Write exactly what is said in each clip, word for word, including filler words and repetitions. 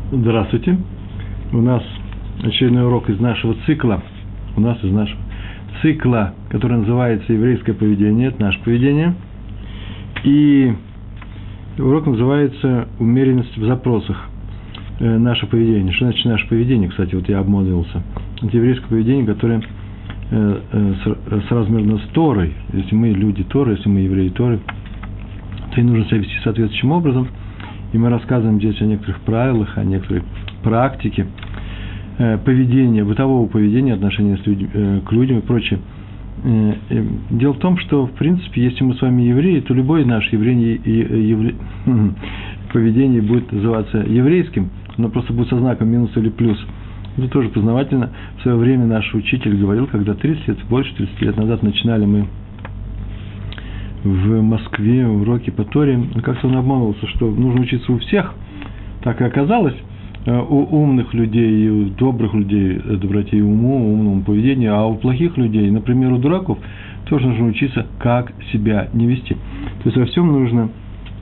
Здравствуйте. У нас очередной урок из нашего цикла. У нас из нашего цикла, который называется «Еврейское поведение». Это наше поведение. И урок называется «Умеренность в запросах». Э, наше поведение. Что значит наше поведение? Кстати, вот я обмолвился. Это еврейское поведение, которое э, э, соразмерно с Торой. Если мы люди Торы, если мы евреи Торы, то и нужно себя вести соответствующим образом. И мы рассказываем здесь о некоторых правилах, о некоторой практике э, поведения, бытового поведения, отношения с людьми, э, к людям и прочее. Э, э, дело в том, что, в принципе, если мы с вами евреи, то любое наше еврей, евре, поведение будет называться еврейским, оно просто будет со знаком минус или плюс. Это тоже познавательно. В свое время наш учитель говорил, когда тридцать лет, больше тридцати лет назад начинали мы в Москве уроки по Торе, как-то он обманывался, что нужно учиться у всех. Так и оказалось, у умных людей, у добрых людей, доброте и уму, умному поведению, а у плохих людей, например, у дураков, тоже нужно учиться, как себя не вести. То есть во всем нужно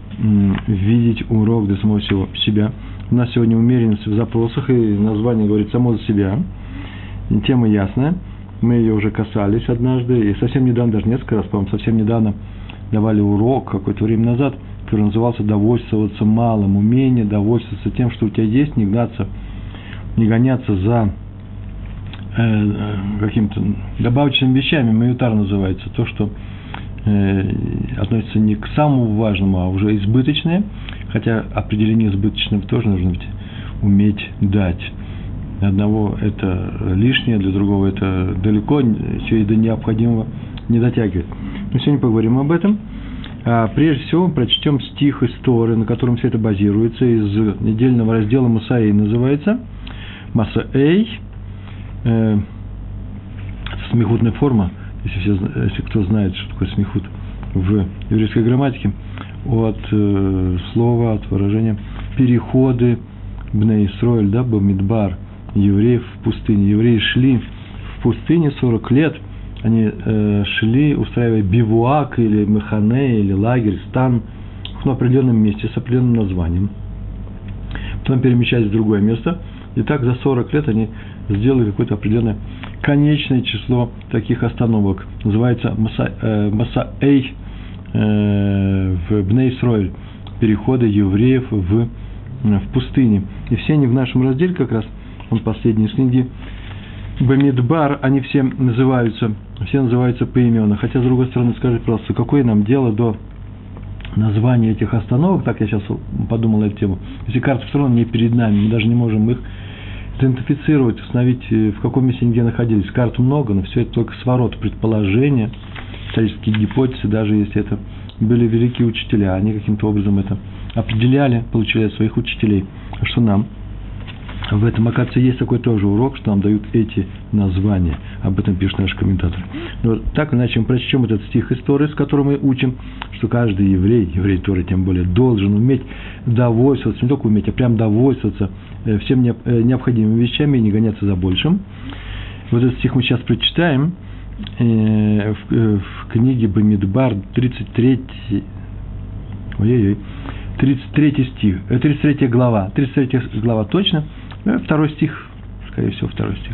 видеть урок для самого себя. У нас сегодня умеренность в запросах, и название говорит само за себя. Тема ясная, мы ее уже касались однажды, и совсем недавно, даже несколько раз, по-моему, совсем недавно давали урок какое-то время назад, который назывался «Довольствоваться малым», умение довольствоваться тем, что у тебя есть, не гнаться, не гоняться за э, какими-то добавочными вещами, маютар называется, то, что э, относится не к самому важному, а уже избыточное, хотя определение избыточного тоже нужно ведь уметь дать. Для одного это лишнее, для другого это далеко, еще и до необходимого не дотягивает. Мы сегодня поговорим об этом. А прежде всего, прочтем стих из Торы, на котором все это базируется, из недельного раздела Мусаэй называется. Масаэй. Э, смехутная форма, если, все, если кто знает, что такое смехут в еврейской грамматике, от э, слова, от выражения переходы Бней Исроэль, да, Бамидбар, евреев в пустыне. Евреи шли в пустыне сорок лет, они э, шли, устраивая бивуак или механе, или лагерь, стан в определенном месте с определенным названием. Потом перемещались в другое место, и так за сорок лет они сделали какое-то определенное конечное число таких остановок. Называется Масаэй э, Масаэй, э, в Бней Исроэль, переходы евреев в, в пустыне. И все они в нашем разделе как раз, он последний из книги Бамидбар, они все называются, все называются поименно. Хотя, с другой стороны, скажите, пожалуйста, какое нам дело до названия этих остановок, так я сейчас подумал эту тему, если карта все равно не перед нами, мы даже не можем их идентифицировать, установить, в каком месте они где находились. Карт много, но все это только сворот, предположения, исторические гипотезы, даже если это были великие учителя, они каким-то образом это определяли, получили от своих учителей. А что нам? В этом, оказывается, есть такой тоже урок, что нам дают эти названия. Об этом пишут наши комментаторы. Но так или иначе мы прочтем этот стих из Торы, с которым мы учим, что каждый еврей, еврей Торы тем более, должен уметь довольствоваться, не только уметь, а прям довольствоваться всем необходимыми вещами и не гоняться за большим. Вот этот стих мы сейчас прочитаем в, в книге Бамидбар, тридцать третий, ой-ой-ой, тридцать третий стих, тридцать третья глава, тридцать третья глава точно, второй стих, скорее всего, второй стих.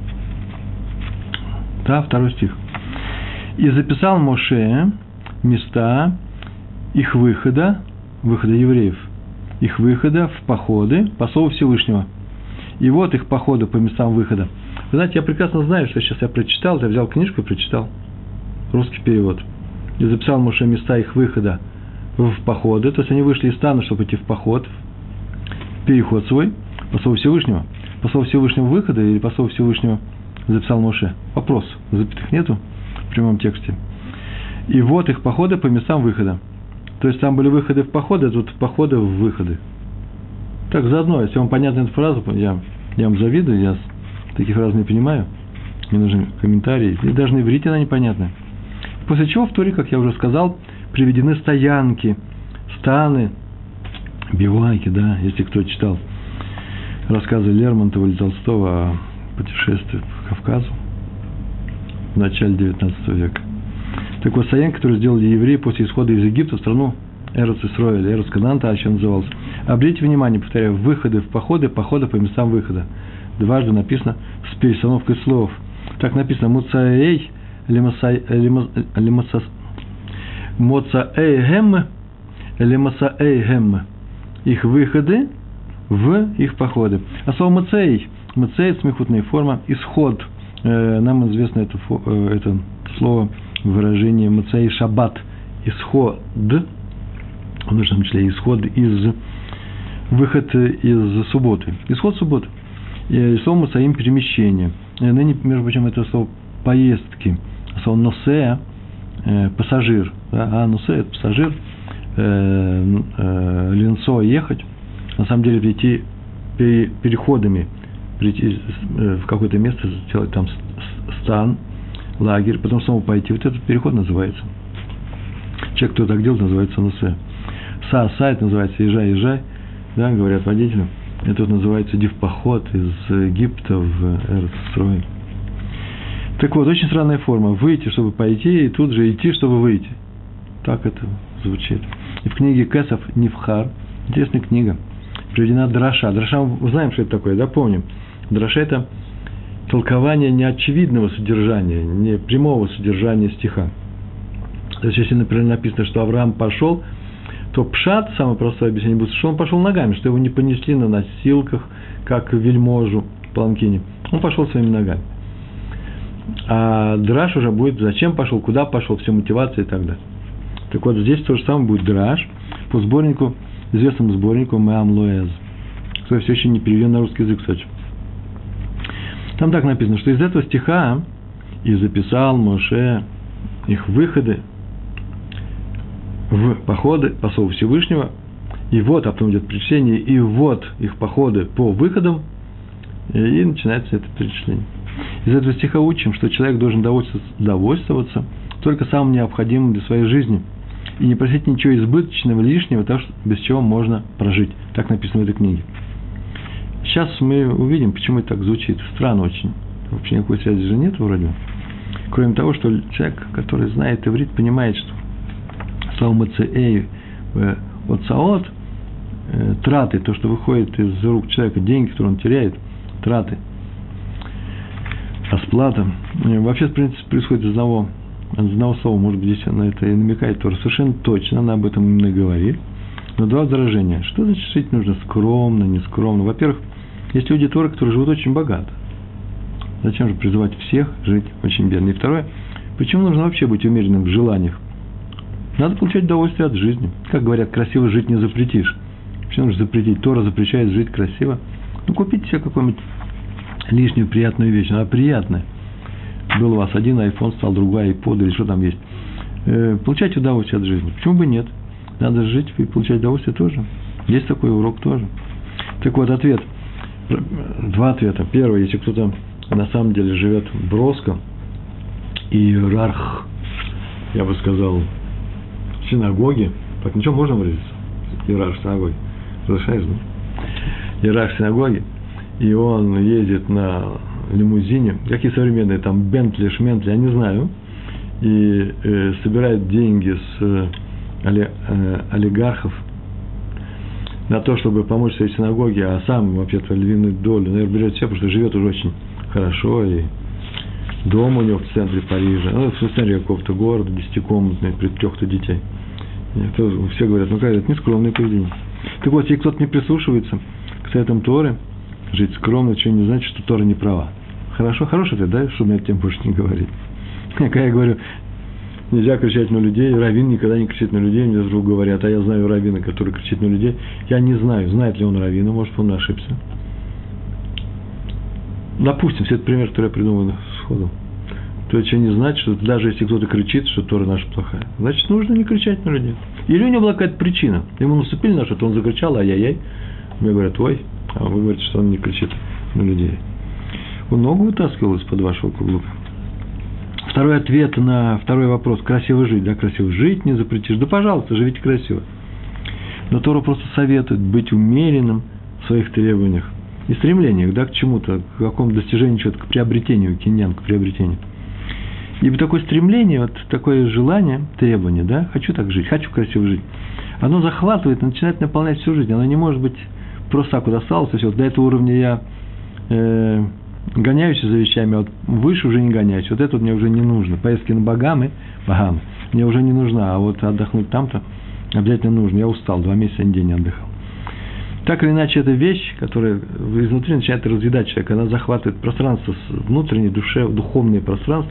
Да, второй стих. «И записал Моше места их выхода, выхода евреев, их выхода в походы по слову Всевышнего. И вот их походы по местам выхода». Вы знаете, я прекрасно знаю, что сейчас я прочитал, я взял книжку и прочитал русский перевод. «И записал Моше места их выхода в походы», то есть они вышли из стана, чтобы идти в поход, переход свой, по слову Всевышнего. По слову Всевышнего выхода или по слову Всевышнего записал Моше? Вопрос. Запятых нету в прямом тексте. И вот их походы по местам выхода. То есть там были выходы в походы, а тут походы в выходы. Так, заодно, если вам понятна эта фраза, я, я вам завидую, я таких фраз не понимаю. Мне нужны комментарии. И даже на иврите она непонятная. После чего в Торе, как я уже сказал, приведены стоянки, станы, биваки, да, если кто читал рассказы Лермонтова или Толстого о путешествии по Кавказу в начале девятнадцатого века. Так вот, стоянки, которые сделали евреи после исхода из Египта в страну Эрец Исроэль, Эрец Канаан, а еще назывался. Обратите внимание, повторяю, выходы в походы, походы по местам выхода. Дважды написано с перестановкой слов. Так написано «Муцаэй Моцаэйгэм Лемасаэйгэм». Их выходы в их походы. А слово «мацей», «мацей» – это смехутная форма, исход. Нам известно это, это слово, выражение «мацей шаббат», исход, в нашем числе исход из, выход из субботы, исход субботы. И слово «мацаим» – перемещение. Ныне, между прочим, это слово «поездки». Слово «носе» – пассажир. Да? А «носе» – это пассажир. Э, э, «Ленцо» – ехать. На самом деле, прийти переходами, прийти в какое-то место, сделать там стан, лагерь, потом снова пойти. Вот этот переход называется. Человек, кто так делает, называется «носе». «Са», «са» – это называется «езжай, езжай», да, говорят водителю. Это вот называется дивпоход из Египта в Эрец-Исроэль. Так вот, очень странная форма. Выйти, чтобы пойти, и тут же идти, чтобы выйти. Так это звучит. И в книге Кесов Нивхар, интересная книга, приведена драша. Драша, мы знаем, что это такое, да, помним. Драша – это толкование неочевидного содержания, не прямого содержания стиха. То есть, если, например, написано, что Авраам пошел, то пшат, самое простое объяснение будет, что он пошел ногами, что его не понесли на носилках, как вельможу в паланкине. Он пошел своими ногами. А драш уже будет, зачем пошел, куда пошел, все мотивации и так далее. Так вот, здесь то же самое будет драш по сборнику, известному сборнику Меам Лоэз, который все еще не переведен на русский язык, кстати. Там так написано, что из этого стиха и записал Моше их выходы в походы по слову Всевышнего, и вот, а потом идет перечисление, и вот их походы по выходам, и начинается это перечисление. Из этого стиха учим, что человек должен довольствоваться только самым необходимым для своей жизни, и не просить ничего избыточного, лишнего, того, без чего можно прожить. Так написано в этой книге. Сейчас мы увидим, почему это так звучит. Странно очень. Вообще никакой связи же нет вроде. Кроме того, что человек, который знает иврит, понимает, что слово «мацеэй» «оцаот» – траты, то, что выходит из рук человека, деньги, которые он теряет, траты, расплата. Вообще, в принципе, происходит из одного, из одного слова, может быть, здесь на это и намекает Тора. Совершенно точно, она об этом именно говорит. Но два возражения. Что значит жить нужно скромно, нескромно? Во-первых, есть люди Торы, которые живут очень богато. Зачем же призывать всех жить очень бедно? И второе, почему нужно вообще быть умеренным в желаниях? Надо получать удовольствие от жизни. Как говорят, красиво жить не запретишь. Почему нужно запретить? Тора запрещает жить красиво. Ну, купите себе какую-нибудь лишнюю приятную вещь. Она приятная. Был у вас один айфон, стал другой айпод, или что там есть. Э, получайте удовольствие от жизни. Почему бы нет? Надо жить и получать удовольствие тоже. Есть такой урок тоже. Так вот, ответ. Два ответа. Первый, если кто-то на самом деле живет броско, иерарх, я бы сказал, синагоги, так ничего можно выразиться? Иерарх синагоги. Разрешается, да? Иерарх синагоги, и он ездит на лимузине, какие современные, там, Бентли, Шментли, я не знаю, и э, собирает деньги с э, э, олигархов на то, чтобы помочь своей синагоге, а сам, вообще-то, львиную долю, наверное, берет все, потому что живет уже очень хорошо, и дом у него в центре Парижа, ну, в центре какого-то города, десятикомнатный, при трех-то детей. И все говорят, ну, как это нескромное поведение. Так вот, если кто-то не прислушивается к советам Торы, жить скромно, что не значит, что Тора не права. Хорошо, хороший ответ, да, чтобы на эту тему больше не говорить. Когда я говорю, нельзя кричать на людей, раввин никогда не кричит на людей, мне вдруг говорят, а я знаю раввина, который кричит на людей. Я не знаю, знает ли он раввина, может, он ошибся. Допустим, все это пример, который я придумал сходу. То это не значит, что даже если кто-то кричит, что Тора наша плохая, значит, нужно не кричать на людей. Или у него была какая-то причина. Ему наступили на что-то, он закричал, ай-яй-яй. Мне говорят, ой, а вы говорите, что он не кричит на людей. Он ногу вытаскивал из-под вашего каблука. Второй ответ на второй вопрос. Красиво жить, да, красиво жить не запретишь. Да, пожалуйста, живите красиво. Но Тора просто советует быть умеренным в своих требованиях и стремлениях, да, к чему-то, к какому-то достижению чего-то, к приобретению, киньян, к приобретению. И такое стремление, вот такое желание, требование, да, хочу так жить, хочу красиво жить, оно захватывает, начинает наполнять всю жизнь. Оно не может быть просто так вот осталось, то есть вот до этого уровня я э, гоняюсь за вещами, а вот выше уже не гоняюсь. Вот это вот мне уже не нужно. Поездки на Багамы, Багамы мне уже не нужна, а вот отдохнуть там-то обязательно нужно. Я устал, два месяца ни день не отдыхал. Так или иначе, это вещь, которая изнутри начинает разъедать человека, она захватывает пространство, внутреннее, душе, духовное пространство,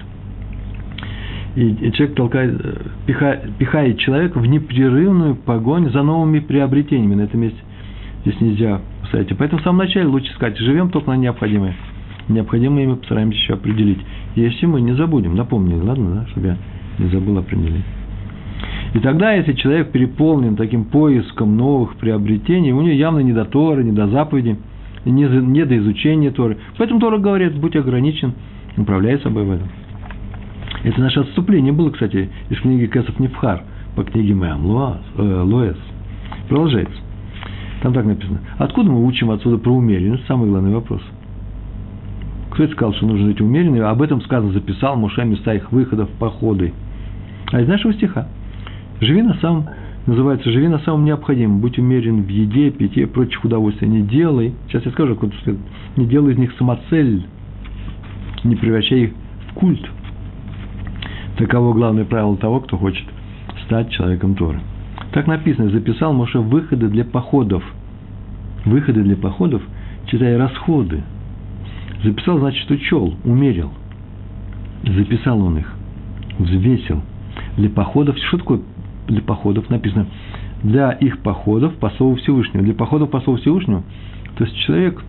и человек толкает, пихает, пихает человека в непрерывную погоню за новыми приобретениями. На этом месте здесь нельзя поставить. Поэтому в самом начале лучше сказать, живем только на необходимое. Необходимое мы постараемся еще определить. Если мы не забудем, напомню, ладно, да, чтобы я не забыл определить. И тогда, если человек переполнен таким поиском новых приобретений, у него явно не до Торы, не до заповеди, не, не до изучения Торы. Поэтому Тора говорит, будь ограничен, управляй собой в этом. Это наше отступление было, кстати, из книги Кесов Нефхар по книге Мэам Лоэс. Продолжается. Там так написано. Откуда мы учим отсюда про умеренность? Самый главный вопрос. Кто сказал, что нужно жить умеренно? Об этом сказано, записал Моше места их выходов, походы. А из нашего стиха. Живи на самом, называется, живи на самом необходимом. Будь умерен в еде, питье, прочих удовольствий. Не делай, сейчас я скажу, куда следует, не делай из них самоцель. Не превращай их в культ. Таково главное правило того, кто хочет стать человеком Торы. Так написано, записал Моше выходы для походов. Выходы для походов, читая расходы. Записал, значит, учел, умерил. Записал он их, взвесил. Для походов, что такое для походов? Написано, для их походов по слову Всевышнего. Для походов по слову Всевышнего, то есть человек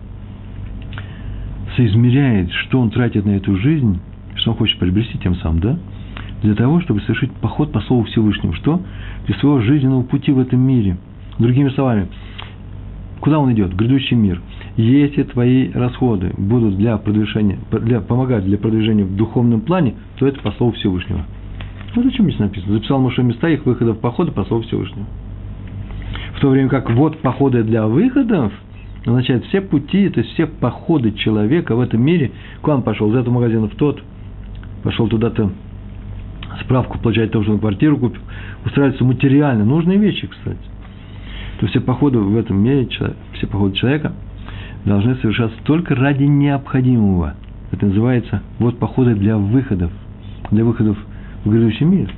соизмеряет, что он тратит на эту жизнь, что он хочет приобрести тем самым, да? Для того, чтобы совершить поход по слову Всевышнему. Что? Для своего жизненного пути в этом мире. Другими словами, куда он идет? В грядущий мир. Если твои расходы будут для продвижения, для, помогать для продвижения в духовном плане, то это по слову Всевышнего. Вот о чем здесь написано. Записал Моше места их выходов похода по слову Всевышнего. В то время как вот походы для выходов означает все пути, то есть все походы человека в этом мире. Куда он пошел? Из этого магазина в тот. Пошел туда-то. Справку получать того, что он квартиру купил, устраиваются материально, нужные вещи, кстати. То все походы в этом мире, все походы человека должны совершаться только ради необходимого. Это называется вот походы для выходов, для выходов в грядущий мир.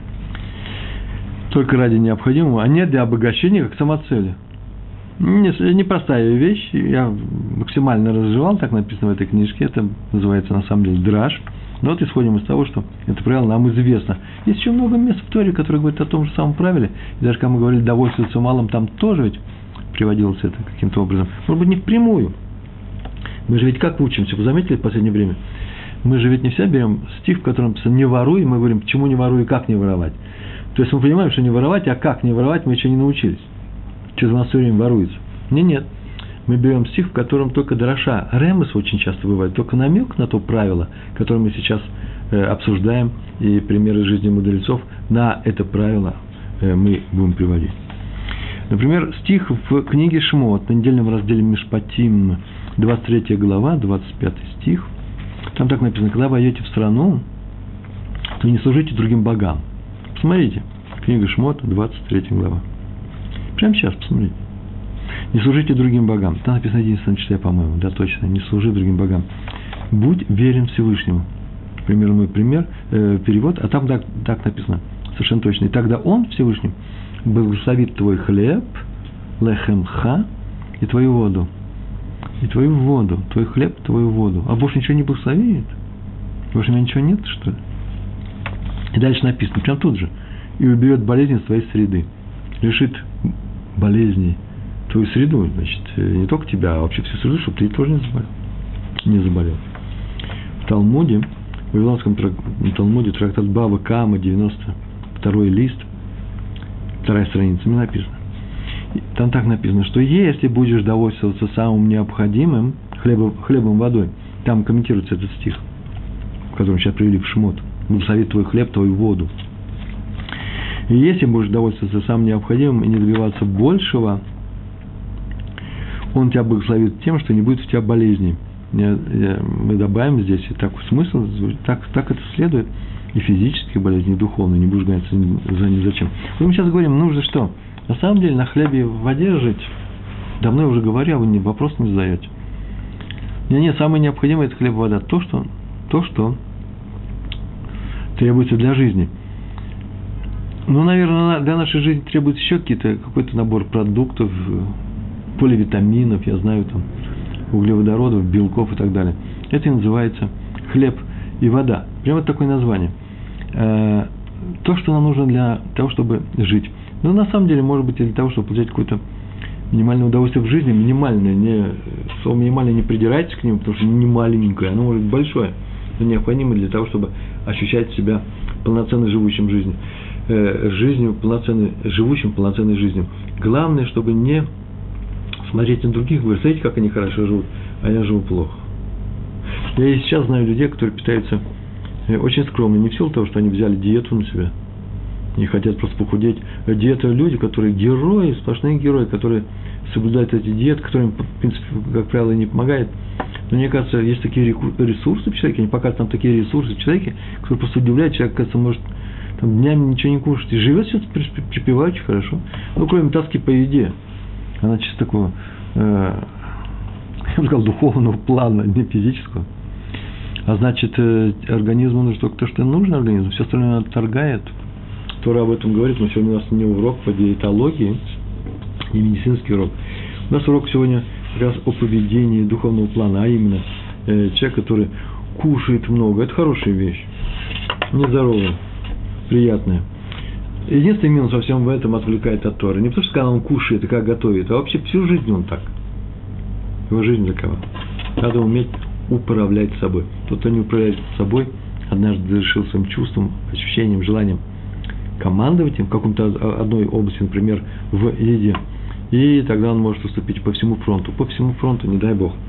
Только ради необходимого, а не для обогащения как самоцели. Непростая вещь, я максимально разжевал, так написано в этой книжке, это называется на самом деле драж. Но вот исходим из того, что это правило нам известно. Есть еще много мест в Торе, которые говорят о том же самом правиле. И даже когда мы говорили довольствоваться малым, там тоже ведь приводилось это каким-то образом. Может быть, не впрямую. Мы же ведь как учимся? Вы заметили в последнее время? Мы же ведь не всегда берем стих, в котором написано «не воруй», и мы говорим, почему не воруй и как не воровать. То есть мы понимаем, что не воровать, а как не воровать мы еще не научились. Что-то у нас все время воруется. Нет, нет. Мы берем стих, в котором только дроша, ремес очень часто бывает, только намек на то правило, которое мы сейчас э, обсуждаем, и примеры жизни мудрецов, на это правило э, мы будем приводить. Например, стих в книге Шмот, на недельном разделе Мишпатим, двадцать третья глава, двадцать пятый стих. Там так написано, когда войдете в страну, то не служите другим богам. Посмотрите, книга Шмот, двадцать третья глава. Прямо сейчас посмотрите. Не служите другим богам. Там написано единственное числе, по-моему, да, точно. Не служи другим богам. Будь верен Всевышнему. Пример мой пример, э, перевод, а там так, так написано, совершенно точно. И тогда Он, Всевышний, благословит твой хлеб, лехемха, и твою воду. И твою воду, твой хлеб, твою воду. А больше ничего не благословит? Больше у меня ничего нет, что ли? И дальше написано, прям тут же. И уберет болезнь из твоей среды. Решит болезни твою среду, значит, не только тебя, а вообще всю среду, чтобы ты тоже не заболел. Не заболел. В Талмуде, в Вавилонском Талмуде, трактат Бава Кама, девяносто второй лист, вторая страница, мне написано. Там так написано, что если будешь довольствоваться самым необходимым, хлебом, хлебом, водой, там комментируется этот стих, который сейчас привели в Шмот, благословит твой хлеб, твою воду. И если будешь довольствоваться самым необходимым и не добиваться большего, Он тебя благословит тем, что не будет у тебя болезней. мы добавим здесь, и так смысл, так, так это следует, и физические болезни, и духовные, не будешь гоняться за ни зачем. Вот мы сейчас говорим, нужно что? На самом деле на хлебе и в воде жить, давно я уже говорю, а вы не, вопрос не задаете. Нет, нет, самое необходимое – это хлеб и вода, то, что, то, что требуется для жизни. Ну, наверное, для нашей жизни требуется еще какие-то, какой-то набор продуктов, поливитаминов, я знаю, там, углеводородов, белков и так далее. Это и называется хлеб и вода. Прямо такое название. То, что нам нужно для того, чтобы жить. Но на самом деле, может быть, и для того, чтобы получать какое-то минимальное удовольствие в жизни, минимальное, не, слово минимальное не придирайтесь к нему, потому что не маленькое, оно может быть большое, но необходимо для того, чтобы ощущать себя полноценно живущим жизнью, э, жизнью полноценной, живущим полноценной жизнью. Главное, чтобы не смотреть на других, говорить, смотрите, как они хорошо живут, а я живу плохо. Я и сейчас знаю людей, которые питаются очень скромно, не в силу того, что они взяли диету на себя, не хотят просто похудеть. Диета – люди, которые герои, сплошные герои, которые соблюдают эти диеты, которым, в принципе, как правило, не помогает. Но мне кажется, есть такие ресурсы в человеке, они показывают нам такие ресурсы в человеке, которые просто удивляют. Человек, кажется, может там, днями ничего не кушать, и живет все припеваючи хорошо. Ну, кроме тоски по еде. Она чисто такого, э, я бы сказал, духовного плана, не физического. А значит, э, организму нужно только то, что нужно организму, все остальное он отторгает. Тора об этом говорит, но сегодня у нас не урок по диетологии, не медицинский урок. У нас урок сегодня как раз о поведении духовного плана, а именно э, человек, который кушает много, это хорошая вещь, нездоровая, приятная. Единственный минус во всем в этом отвлекает от Торы. Не потому, что когда он кушает и как готовит, а вообще всю жизнь он так. Его жизнь такова. Надо уметь управлять собой. Тот, кто не управляет собой, однажды решил своим чувством, ощущением, желанием командовать им в каком-то одной области, например, в еде. И тогда он может уступить по всему фронту. По всему фронту, не дай Бог.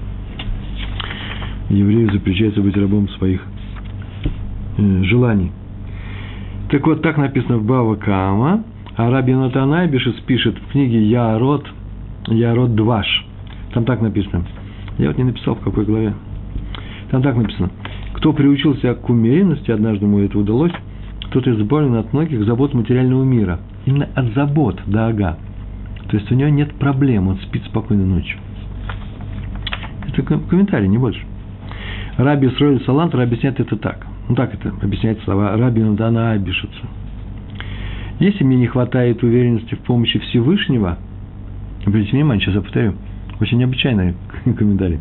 Еврею запрещается быть рабом своих э, желаний. Так вот, так написано в Бава Кама, а Раби Йонатан Айбишес пишет в книге Яарот, Яарот Дваш. Там так написано. Я вот не написал, в какой главе. Там так написано. Кто приучил себя к умеренности, однажды ему это удалось, тот избавлен от многих забот материального мира. Именно от забот, даага. То есть у него нет проблем, он спит спокойно ночью. Это комментарий, не больше. Раби Исроэль Салантер объясняет это так. Ну, так это объясняет слова Раби Йонатана Айбишеса. Если мне не хватает уверенности в помощи Всевышнего, обратите внимание, сейчас я повторю, очень необычайный комментарий,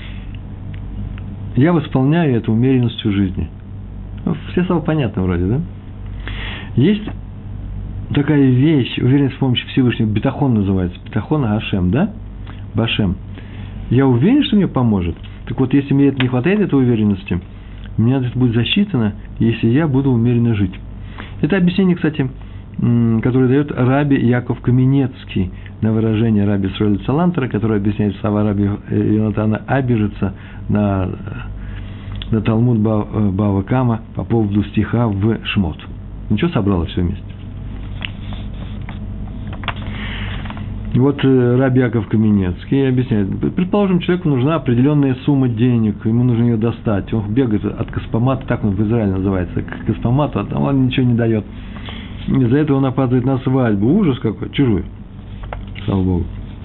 я восполняю эту умеренностью жизни. Ну, все слова понятны вроде, да? Есть такая вещь, уверенность в помощи Всевышнего, бетахон называется, бетахон Ашем, да? Башем. Я уверен, что мне поможет. Так вот, если мне это не хватает, этой уверенности, мне это будет засчитано, если я буду умеренно жить. Это объяснение, кстати, которое дает Раби Яков Каменецкий на выражение Раби Исроэля Салантера, который объясняет слова Раби Йонатана Айбишеса на, на Талмуд Бава Кама по поводу стиха в Шмот. Ничего, собралось все вместе. Вот Раби Яков Каменецкий объясняет. Предположим, человеку нужна определенная сумма денег, ему нужно ее достать. Он бегает от каспомата, так он в Израиле называется, к каспомату, а там он ничего не дает. Из-за этого он опаздывает на свадьбу. Ужас какой, чужой. Слава Богу.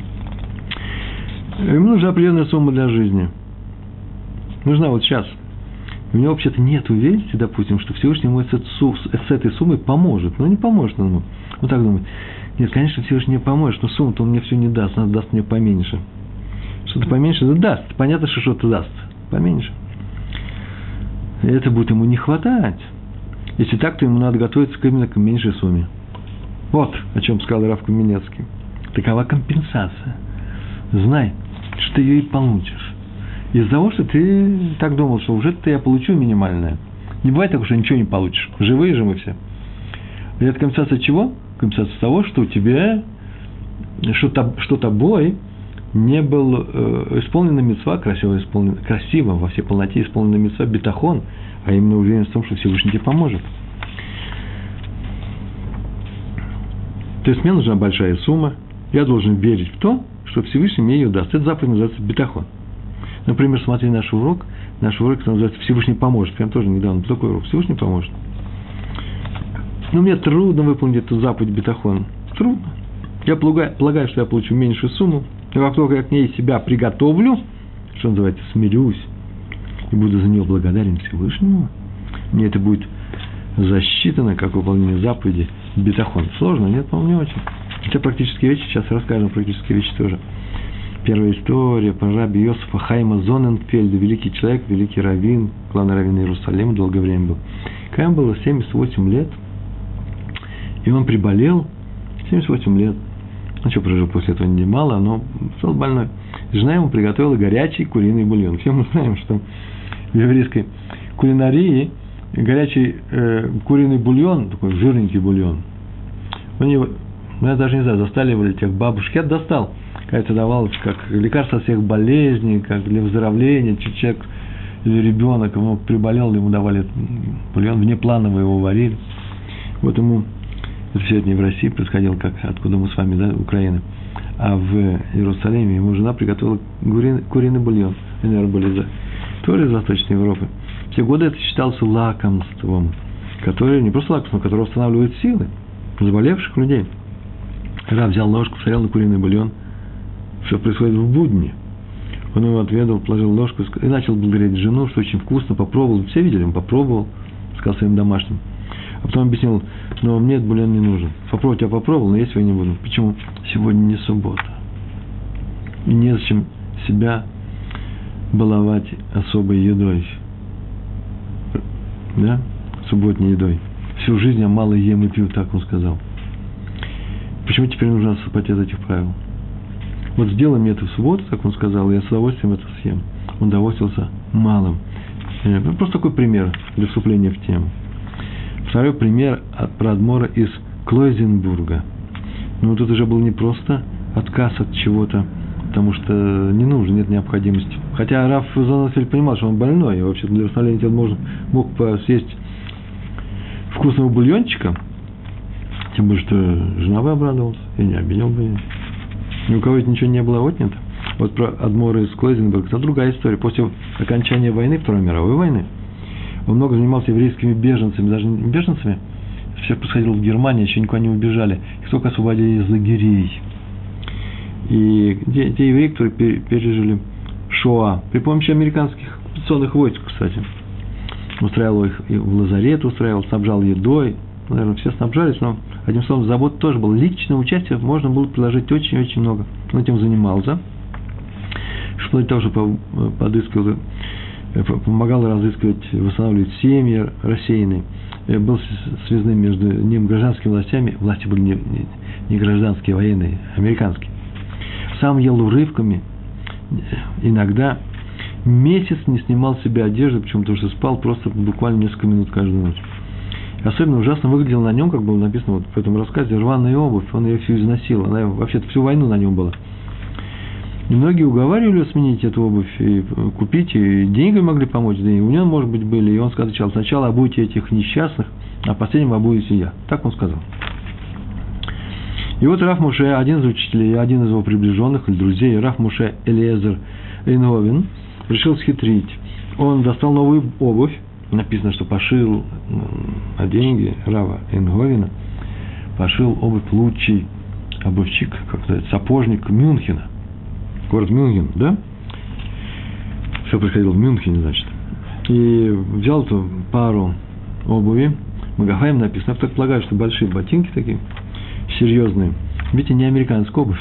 Ему нужна определенная сумма для жизни. Нужна вот сейчас. У него вообще-то нет уверенности, допустим, что Всевышний ему с этой суммой поможет. Но не поможет он ему. Он так думает. Нет, конечно, Всевышний мне поможет, но сумму-то он мне все не даст, он даст мне поменьше. Что-то поменьше, да даст. Понятно, что что-то даст. Поменьше. И это будет ему не хватать. Если так, то ему надо готовиться именно к меньшей сумме. Вот о чем сказал Рав Каменецкий. Такова компенсация. Знай, что ты ее и получишь. Из-за того, что ты так думал, что уже-то я получу минимальное. Не бывает такого, что ничего не получишь. Живые же мы все. И это компенсация чего? Компенсация того, что у тебя, что, что тобой не был э, исполнена мицва, красиво, исполнен, красиво, во всей полноте исполнена мицва бетахон, а именно уверенность в том, что Всевышний тебе поможет. То есть мне нужна большая сумма, я должен верить в то, что Всевышний мне ее даст. Это заповедь называется бетахон. Например, смотри наш урок, наш урок, который называется «Всевышний поможет». Прям тоже недавно такой урок. Всевышний поможет. Но мне трудно выполнить эту заповедь бетахон. Трудно. Я полагаю, полагаю, что я получу меньшую сумму. Но как только я к ней себя приготовлю, что называется, смирюсь, и буду за нее благодарен Всевышнему, мне это будет засчитано как выполнение заповеди бетахон. Сложно? Нет, по-моему, не очень. Хотя практические вещи, сейчас расскажем практические вещи тоже. Первая история про раби Йосефа Хайма Зоненфельда, великий человек, великий раввин, главный раввин Иерусалима, долгое время был. Когда ему было семьдесят восемь лет, и он приболел, семьдесят восемь лет, ну что, прожил после этого немало, но стал больной. Жена ему приготовила горячий куриный бульон. Все мы знаем, что в еврейской кулинарии горячий э, куриный бульон, такой жирненький бульон, он его, ну, я даже не знаю, застали его ли тех бабушек, я достал, когда это давалось как лекарство от всех болезней, как для выздоровления, человек или ребенок, ему приболел, ему давали бульон, внепланово его варили. Вот ему, это все это не в России происходило, как откуда мы с вами, да, Украина, а в Иерусалиме ему жена приготовила куриный, куриный бульон, они, наверное, были за, тоже из Восточной Европы. Все годы это считалось лакомством, которое, не просто лакомством, которое восстанавливает силы заболевших людей. Рав взял ложку, посмотрел на куриный бульон, что происходит в будни. Он его отведал, положил ложку и начал благодарить жену, что очень вкусно, попробовал. Все видели, он попробовал, сказал своим домашним. А потом объяснил, но мне этот бульон не нужен. Попробовать я попробовал, но есть его не буду. Почему? Сегодня не суббота. И незачем себя баловать особой едой. Да? Субботней едой. Всю жизнь я мало ем и пью, так он сказал. Почему теперь нужно отступать от этих правил? Вот сделай мне это в субботу, так он сказал, и я с удовольствием это съем. Он довольствовался малым. Просто такой пример для вступления в тему. Второй пример от Прадмора из Клойзенбурга. Ну, тут уже был не просто отказ от чего-то, потому что не нужно, нет необходимости. Хотя Рав Зоненфельд понимал, что он больной, и вообще для восстановления тела можно, мог съесть вкусного бульончика, тем более, что жена бы обрадовалась, и не обидел бы ее. Ни у кого ведь ничего не было отнято. Вот про Адмора из Клойзенбурга, это другая история. После окончания войны, Второй мировой войны, он много занимался еврейскими беженцами, даже не беженцами, все происходило в Германии, еще никуда не убежали, их только освободили из лагерей. И те, те евреи, которые пережили Шоа, при помощи американских оккупационных войск, кстати, устраивал их в лазарет, устраивал, снабжал едой, наверное, все снабжались, но, одним словом, забот тоже был. Личное участие можно было приложить очень-очень много. Он этим занимался, вплоть до того, что подыскивал, помогал разыскивать, восстанавливать семьи рассеянные, был связным между ним гражданскими властями, власти были не, не, не гражданские, а военные, американские. Сам ел урывками, иногда месяц не снимал с себя одежды, почему? Потому что спал просто буквально несколько минут каждую ночь. Особенно ужасно выглядела на нем, как было написано вот в этом рассказе, рваная обувь, он ее всю износил, она вообще-то всю войну на нем была. И многие уговаривали его сменить эту обувь и купить, и деньги могли помочь, да и у него, может быть, были. И он сказал, сначала обуйте этих несчастных, а последним обуюсь и я. Так он сказал. И вот Рав Моше, один из учителей, один из его приближенных или друзей, Рав Моше Элиэзер Эйнговен, решил схитрить. Он достал новую обувь, написано, что пошил на деньги Рава Эйнговена, пошил обувь лучший обувщик, как сказать, сапожник Мюнхена. Город Мюнхен, да? Все происходило в Мюнхене, значит. И взял эту пару обуви, Магафаим написано, я так полагаю, что большие ботинки такие, серьезные. Видите, не американская обувь,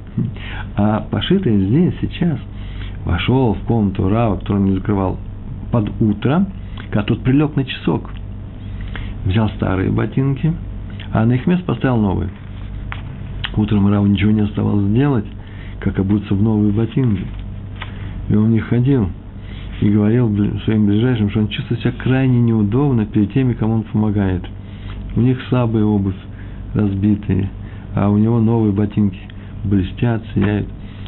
а пошитая здесь, сейчас. Вошел в комнату Рава, которую он не закрывал, под утро, когда тот прилег на часок. Взял старые ботинки, а на их место поставил новые. Утром Раву ничего не оставалось делать, как обуться в новые ботинки. И он в них ходил и говорил своим ближайшим, что он чувствует себя крайне неудобно перед теми, кому он помогает. У них слабая обувь, разбитые, а у него новые ботинки блестят, сияют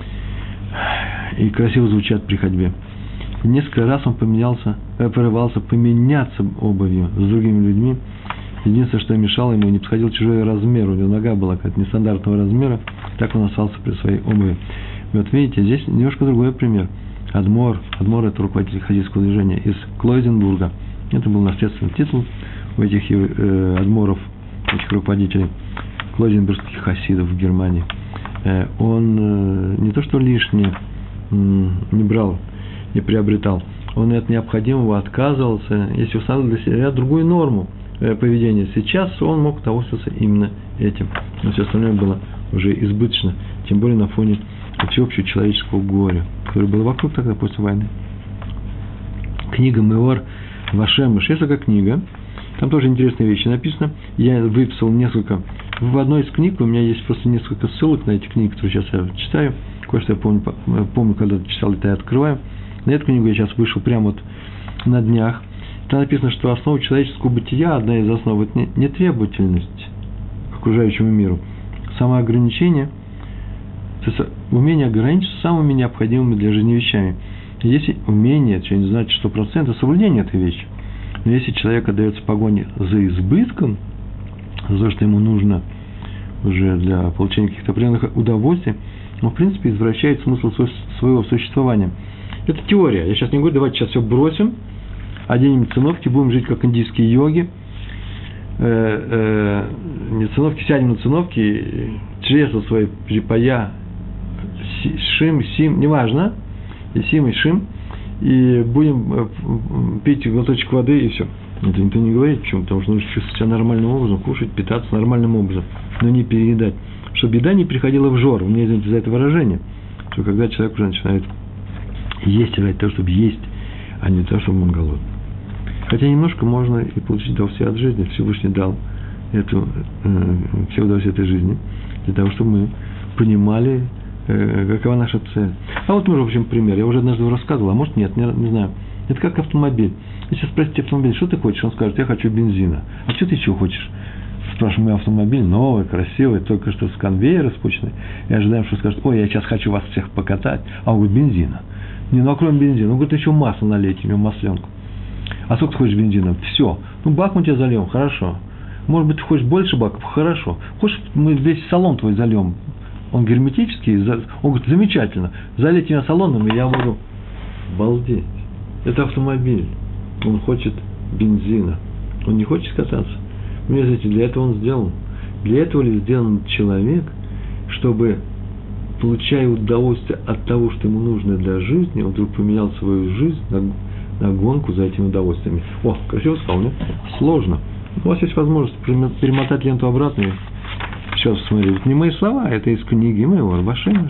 и красиво звучат при ходьбе. И несколько раз он поменялся, порывался поменяться обувью с другими людьми. Единственное, что мешало ему, не подходил чужой размер. У него нога была какая-то нестандартного размера, так он остался при своей обуви. И вот видите, здесь немножко другой пример. Адмор. Адмор – это руководитель хасидского движения из Клойзенбурга. Это был наследственный титул у этих э, адморов, этих руководителей клойзенбургских хасидов в Германии. Э, он э, не то что лишнее э, не брал, не приобретал, он от необходимого отказывался, если установил для себя другую норму э, поведения. Сейчас он мог довольствоваться именно этим. Но все остальное было уже избыточно, тем более на фоне всеобщего человеческого горя, которое было вокруг тогда после войны. Книга Меор Вашемыш, это как книга, там тоже интересные вещи написаны. Я выписал несколько, в одной из книг у меня есть просто несколько ссылок на эти книги, которые сейчас я читаю, кое-что я помню, помню, когда читал, это я открываю. На эту книгу я сейчас вышел прямо вот на днях. Там написано, что основа человеческого бытия, одна из основ, это не, не требовательность к окружающему миру, самоограничение, то есть умение ограничиться самыми необходимыми для жизни вещами. Если умение, это не значит сто процентов соблюдение этой вещи, но если человек отдается погоне за избытком, за то, что ему нужно уже для получения каких-то определенных удовольствий, он, в принципе, извращает смысл своего существования. Это теория. Я сейчас не говорю, давайте сейчас все бросим, оденем циновки, будем жить как индийские йоги. Э, э, не циновки, сядем на циновки, чресла свои припая, шим, сим, неважно, и сим, и шим, и будем пить глоточек воды, и все. Это никто не говорит, почему? Потому что нужно чувствовать себя нормальным образом, кушать, питаться нормальным образом, но не переедать. Чтобы еда не приходила в жор. У меня, извините за это выражение, что когда человек уже начинает есть ради того, чтобы есть, а не то, чтобы он голодный. Хотя немножко можно и получить удовольствие от жизни. Всевышний дал эту, э, все удовольствие этой жизни для того, чтобы мы понимали, э, какова наша цель. А вот, мы, в общем, пример. Я уже однажды рассказывал, а может нет, не, не знаю. Это как автомобиль. Если спросите автомобиль, что ты хочешь, он скажет, я хочу бензина. А что ты еще хочешь? Спрашиваем, мой автомобиль новый, красивый, только что с конвейера спущенный. И ожидаем, что скажет, ой, я сейчас хочу вас всех покатать. А он говорит, бензина. Не, ну а кроме бензина. Он говорит, еще масло налейте, у него масленку. А сколько ты хочешь бензина? Все. Ну, бак мы тебе зальем, хорошо. Может быть, ты хочешь больше баков? Хорошо. Хочешь, мы весь салон твой зальем? Он герметический. Он говорит, замечательно. Залейте меня салоном, и я буду... Балдеть. Это автомобиль. Он хочет бензина. Он не хочет кататься. Мне, знаете, для этого он сделан. Для этого ли сделан человек, чтобы, получая удовольствие от того, что ему нужно для жизни, он вдруг поменял свою жизнь на, на гонку за этими удовольствиями. О, красиво сказал, нет? Сложно. У вас есть возможность перемотать ленту обратно и сейчас посмотреть. Это не мои слова, это из книги моего Вашемыш.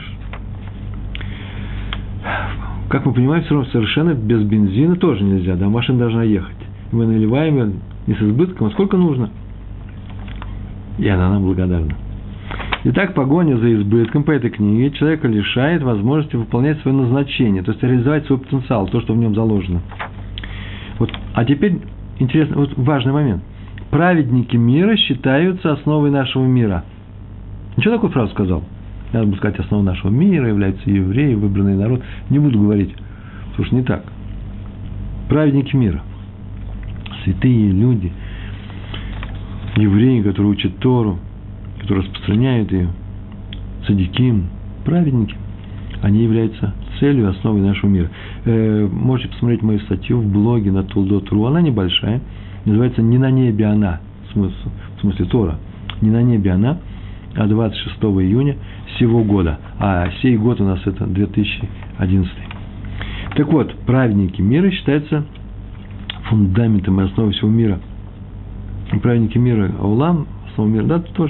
Как мы понимаем, все равно совершенно без бензина тоже нельзя. Да, машина должна ехать. Мы наливаем ее не с избытком, а сколько нужно. И она нам благодарна. Итак, погоня за избытком по этой книге человека лишает возможности выполнять свое назначение, то есть реализовать свой потенциал, то, что в нем заложено. Вот, а теперь интересный, вот важный момент. Праведники мира считаются основой нашего мира. Ничего такую фразу сказал? Надо бы сказать, основой нашего мира являются евреи, выбранный народ. Не буду говорить, потому что не так. Праведники мира. Святые люди, евреи, которые учат Тору, которые распространяют ее, цадиким, праведники, они являются целью, основой нашего мира. Э, можете посмотреть мою статью в блоге на Толдот точка ру, она небольшая, называется «Не на небе она», в смысле, в смысле Тора, «Не на небе она», а двадцать шестого июня сего года, а сей год у нас это две тысячи одиннадцатый. Так вот, праведники мира считаются фундаментом и основой всего мира. Праведники мира Аулам, основа мира, да, тоже.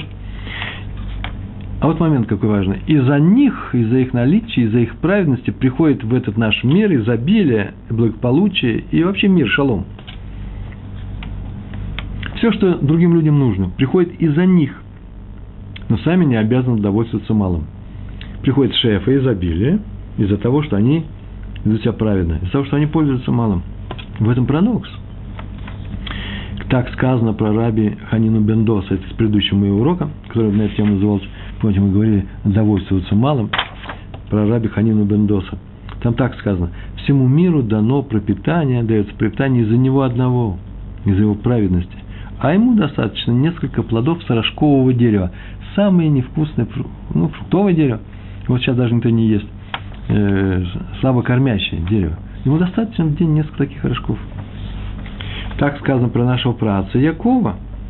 А вот момент какой важный. Из-за них, из-за их наличия, из-за их праведности приходит в этот наш мир изобилие, благополучие и вообще мир, шалом. Все, что другим людям нужно, приходит из-за них. Но сами не обязаны довольствоваться малым. Приходит шеф и изобилие из-за того, что они ведут себя праведно, из-за того, что они пользуются малым. В этом парадокс. Так сказано про раби Ханину бен Доса, это с предыдущего моего урока, который на эту тему назывался, помните, мы говорили, довольствоваться малым, про раби Ханину бен Доса. Там так сказано, всему миру дано пропитание, дается пропитание из-за него одного, из-за его праведности. А ему достаточно несколько плодов сорожкового дерева. Самые невкусные, ну, фруктовое дерево. Вот сейчас даже никто не ест. э, слабокормящее дерево. Ему достаточно в день несколько таких рожков. Так сказано про нашего праотца Якова,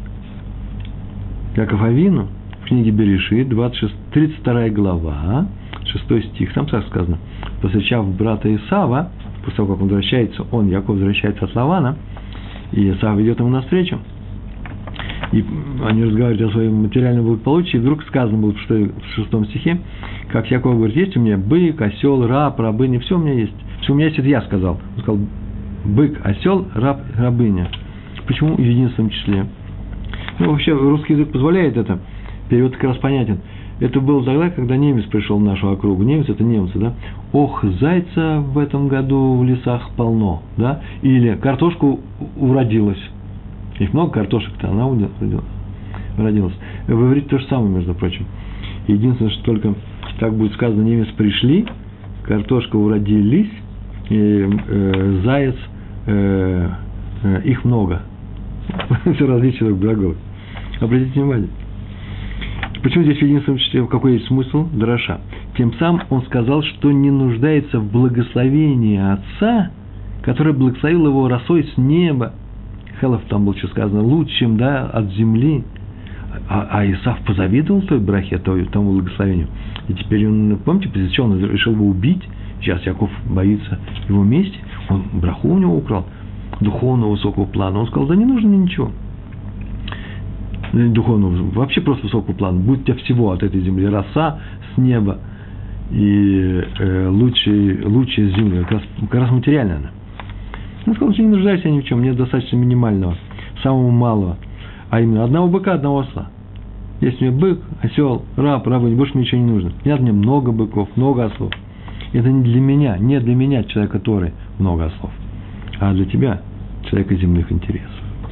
Яков Авину, в книге Берешит, двадцать шесть, тридцать вторая глава, шестой стих, там так сказано: «Повстречав брата Исава», после того, как он возвращается, он, Яков, возвращается от Лавана, и Исав идет ему навстречу, и они разговаривают о своем материальном благополучии, и вдруг сказано было в шестом стихе, как Яков говорит: «Есть у меня бык, осел, раб, рабыня, все у меня есть. Все у меня есть, это я сказал». Он сказал: бык, осел, раб, рабыня. Почему в единственном числе? Ну, вообще, русский язык позволяет это. Перевод как раз понятен. Это было тогда, когда немец пришел в нашу округу. Немец – это немцы, да? Ох, зайца в этом году в лесах полно, да? Или картошка уродилась. Их много картошек-то, она уродилась. В иврите то же самое, между прочим. Единственное, что только так будет сказано: немец пришли, картошка уродились, и, э, заяц, э, э, их много. Все различия друг глаголы. Обратите внимание. Почему здесь в единственном числе? Какой есть смысл? Дроша. Тем самым он сказал, что не нуждается в благословении Отца, который благословил его росой с неба. Хелов там было что сказано: лучшим, да, от земли. А, а Исав позавидовал той брахе, тому благословению. И теперь он, помните, после чего он решил его убить. Сейчас Яков боится его мести. Он браху у него украл, духовного высокого плана. Он сказал: да не нужно мне ничего духовного, вообще просто высокого плана. Будет у тебя всего от этой земли: роса с неба и э, лучи, лучи с земли. Как раз, как раз материальная она. Он сказал, что не нуждаюсь я ни в чем, мне достаточно минимального, самого малого, а именно одного быка, одного осла. Есть у меня бык, осел, раб, рабыня, больше мне ничего не нужно. Не надо мне много быков, много ослов. Это не для меня, не для меня, человека Торы, много ослов, а для тебя, человека земных интересов.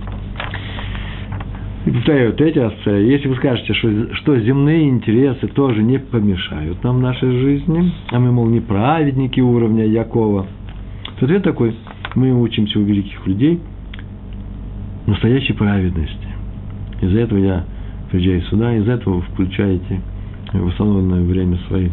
И повторяю, третье, если вы скажете, что, что земные интересы тоже не помешают нам в нашей жизни, а мы, мол, не праведники уровня Якова, то ответ такой: мы учимся у великих людей настоящей праведности. Из-за этого я приезжаю сюда, из-за этого вы включаете в установленное время свои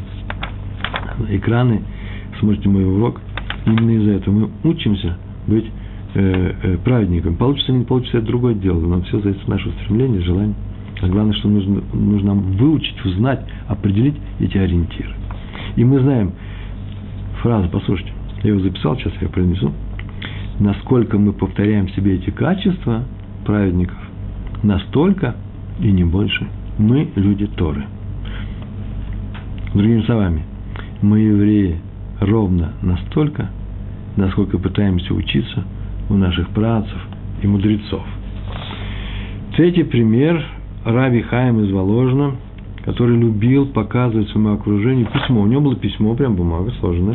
экраны, смотрите мой урок. Именно из-за этого мы учимся быть э, э, праведником. Получится или не получится, это другое дело. Но все зависит от нашего стремления, желания. А главное, что нужно, нужно нам выучить, узнать, определить эти ориентиры. И мы знаем фразу, послушайте, я его записал, сейчас я произнесу. Насколько мы повторяем в себе эти качества праведников, настолько и не больше мы люди Торы. Другими словами, мы евреи ровно настолько, насколько пытаемся учиться у наших праотцев и мудрецов. Третий пример – Раби Хаим из Воложина, который любил показывать своему окружению письмо. У него было письмо, прям бумага сложенная.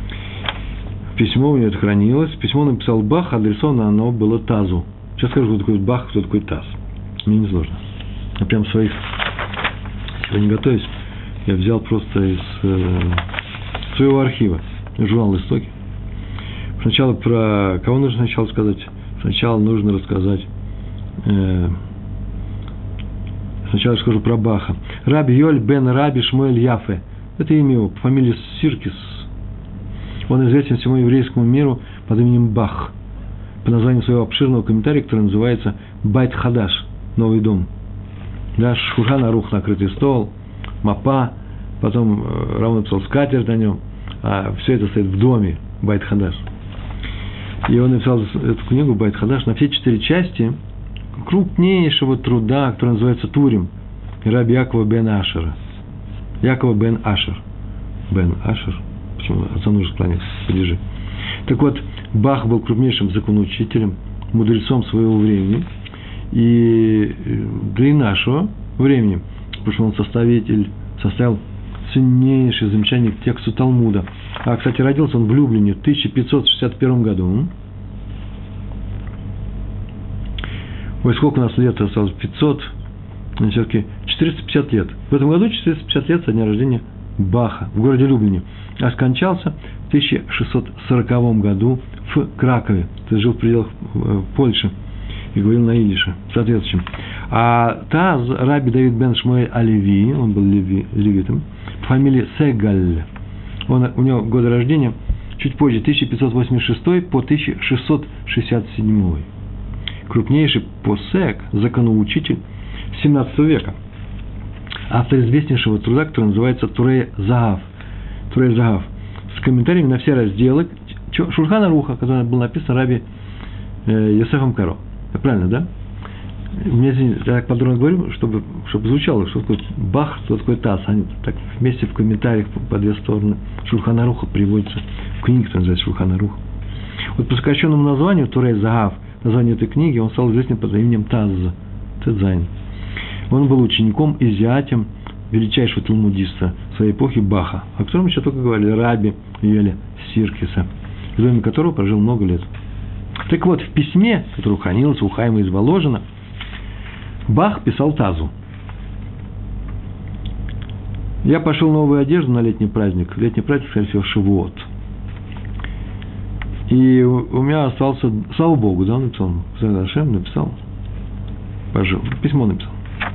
Письмо у него это хранилось. Письмо написал Бах, адресовано оно было Тазу. Сейчас скажу, кто такой Бах, кто такой Таз. Мне не сложно. Я прям своих, сегодня готовюсь, я взял просто из э, своего архива, журнал «Истоки». Сначала про... Кого нужно сначала сказать? Сначала нужно рассказать... Э, сначала скажу про Баха. Раби Йоль бен Раби Шмуэль Яфе. Это имя его, по фамилии Сиркис. Он известен всему еврейскому миру под именем Бах, по названию своего обширного комментария, который называется «Байт Хадаш», «Новый дом». Да, Шульхан Арух, накрытый стол, мапа, потом Рав написал скатерть на нем, а все это стоит в доме, Байт Хадаш. И он написал эту книгу «Байт Хадаш» на все четыре части крупнейшего труда, который называется Турим, Раби Якова бен Ашера. Якова бен Ашер. Бен Ашер. Почему? Отца нужно склоняться. Подержи. Так вот, Бах был крупнейшим законоучителем, мудрецом своего времени. И для и нашего времени, потому что он составитель, составил ценнейший, замечательный текст Талмуда. А, кстати, родился он в Люблине в тысяча пятьсот шестьдесят первом году. Ой, сколько у нас лет осталось? пятьсот, все-таки четыреста пятьдесят лет. В этом году четыреста пятьдесят лет со дня рождения Баха в городе Люблине. А скончался в тысяча шестьсот сороковом году в Кракове. То есть жил в пределах Польши и говорил на идише, соответствующем. А Таз, Раби Давид бен Шмуэль Алеви, он был леви, левитом, по фамилии Сегаль. Он, у него годы рождения чуть позже, тысяча пятьсот восемьдесят шестой по тысяча шестьсот шестьдесят седьмой. Крупнейший посек, законоучитель семнадцатого века. Автор известнейшего труда, который называется Турей Загав. Турей Загав. С комментариями на все разделы Шульхан Аруха, который был написан раби э, Йосефом Каро. Правильно, да? Я так подробно говорю, чтобы, чтобы звучало, что такое Бах, что такое Таз. Они так вместе в комментариях по две стороны Шульхан Аруха приводятся в книге, которая называется Шульхан Аруха. Вот по сокращенному названию Турей Загав, название этой книги, он стал известен под именем Таз, Тедзайн. Он был учеником и зятем величайшего талмудиста своей эпохи Баха, о котором еще только говорили, раби Юэля Сиркиса, в доме которого прожил много лет. Так вот, в письме, которое хранилось у Хаима из Воложина, Бах писал Тазу. Я пошел в новую одежду на летний праздник. Летний праздник, скорее всего, Шивот. И у меня остался, слава Богу, да, он написал, Зашем написал, пожил, письмо написал.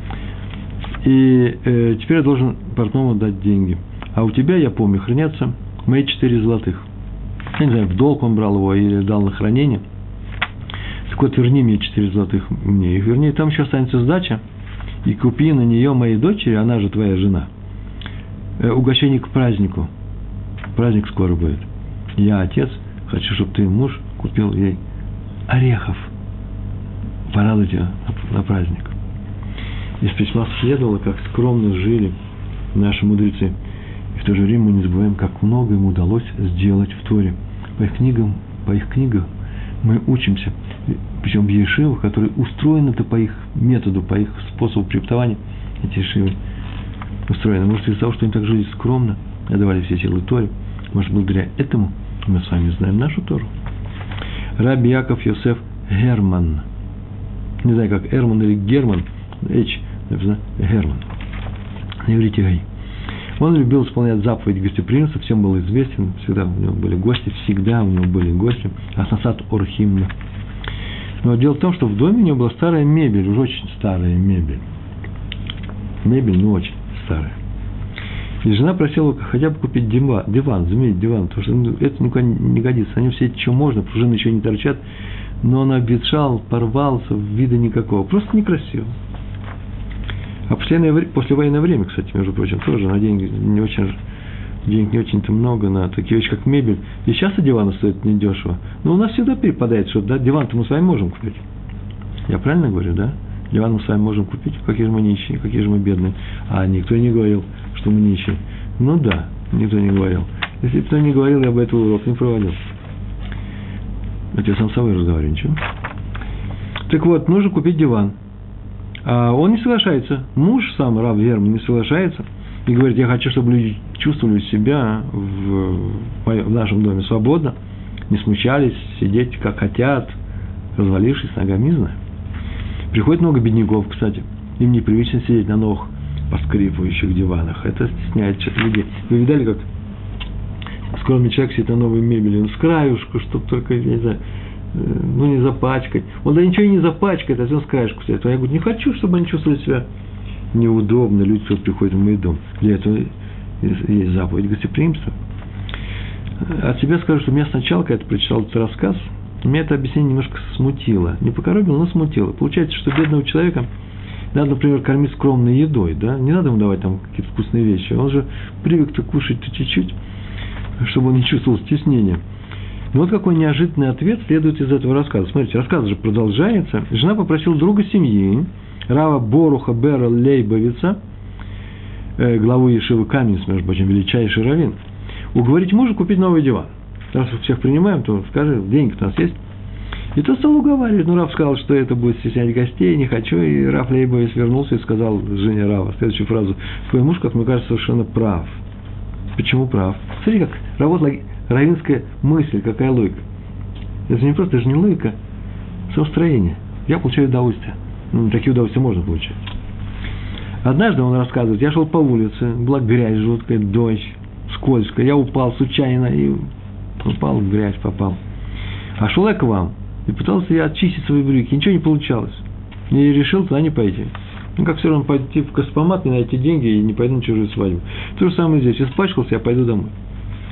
И э, теперь я должен портному дать деньги. А у тебя, я помню, хранятся мои четыре золотых. Я не знаю, в долг он брал его или дал на хранение. Так вот, верни мне четыре золотых мне. И верни, там еще останется сдача. И купи на нее моей дочери, она же твоя жена, э, угощение к празднику. Праздник скоро будет. Я, отец, хочу, чтобы ты, муж, купил ей орехов. Порадуй тебя на, на праздник. Из письма следовало, как скромно жили наши мудрецы. И в то же время мы не забываем, как много им удалось сделать в Торе. По их книгам, по их книгам мы учимся. Причем в ешивах, которые устроены-то по их методу, по их способу преподавания, эти ешивы устроены. Может, из-за того, что они так жили скромно, отдавали все силы Торе, может, благодаря этому мы с вами знаем нашу Тору. Раби Яков Йосеф Герман. Не знаю, как Эрман или Герман. H, написано Герман. На иврите Гай. Он любил исполнять заповеди гостеприимства, всем был известен, всегда у него были гости, всегда у него были гости. Аснасат Орхимна. Но дело в том, что в доме у него была старая мебель, уже очень старая мебель. Мебель, ну, очень старая. И жена просила хотя бы купить диван, диван, заменить диван, потому что это никуда не годится. Они все, что можно, пружины еще не торчат, но он обветшал, порвался, вида никакого. Просто некрасиво. А послевоенное время, кстати, между прочим, тоже на деньги не очень, денег не очень-то много на такие вещи, как мебель. И сейчас и диваны стоят недешево. Но у нас всегда перепадает, что да, диван-то мы с вами можем купить. Я правильно говорю, да? Диван мы с вами можем купить, какие же мы нищие, какие же мы бедные. А никто не говорил, что мы нищие. Ну да, никто не говорил. Если бы кто не говорил, я бы этот урок не проводил. Это я сам с собой разговариваю, ничего. Так вот, нужно купить диван. А он не соглашается. Муж сам, рав Герман, не соглашается. И говорит, я хочу, чтобы люди чувствовали себя в, в нашем доме свободно, не смущались, сидеть как хотят, развалившись ногами, не знаю. Приходит много бедняков, кстати. Им непривычно сидеть на новых поскрипывающих диванах. Это стесняет людей. Вы видали, как скромный человек сидит на новой мебели? Ну, с краюшку, чтобы только, я не знаю, ну, не запачкать. Он да ничего и не запачкает, а он с краешку сидит. А я говорю, не хочу, чтобы они чувствовали себя неудобно. Люди, кто приходит в мой дом. Для этого есть заповедь гостеприимства. От себя скажу, что меня сначала, когда я прочитал этот рассказ, меня это объяснение немножко смутило. Не покоробило, но смутило. Получается, что бедного человека надо, например, кормить скромной едой, да? Не надо ему давать там какие-то вкусные вещи. Он же привык-то кушать-то чуть-чуть, чтобы он не чувствовал стеснения. Но вот какой неожиданный ответ следует из этого рассказа. Смотрите, рассказ же продолжается. Жена попросила друга семьи, рава Боруха Бера Лейбовица, э, главу ешивы Каменец, между прочим, величайший раввин, уговорить мужа купить новый диван. Раз мы всех принимаем, то скажи, деньги у нас есть. И тот стал уговаривать. Но Рав сказал, что это будет стеснять гостей, не хочу. И Рав Лейбовец вернулся и сказал жене Рава следующую фразу. Твой муж, как мне кажется, совершенно прав. Почему прав? Смотри, как работала раввинская мысль, какая логика. Это же не просто, это же не логика, самостроение. Я получаю удовольствие. Ну, такие удовольствия можно получать. Однажды он рассказывает, я шел по улице, была грязь жуткая, дождь, скользкая. Я упал случайно и упал в грязь, попал. А шел я к вам и пытался я очистить свои брюки. Ничего не получалось. И решил туда не пойти. Ну, как все равно пойти в каспомат, не найти деньги и не пойду на чужую свадьбу. То же самое здесь. Испачкался, я пойду домой.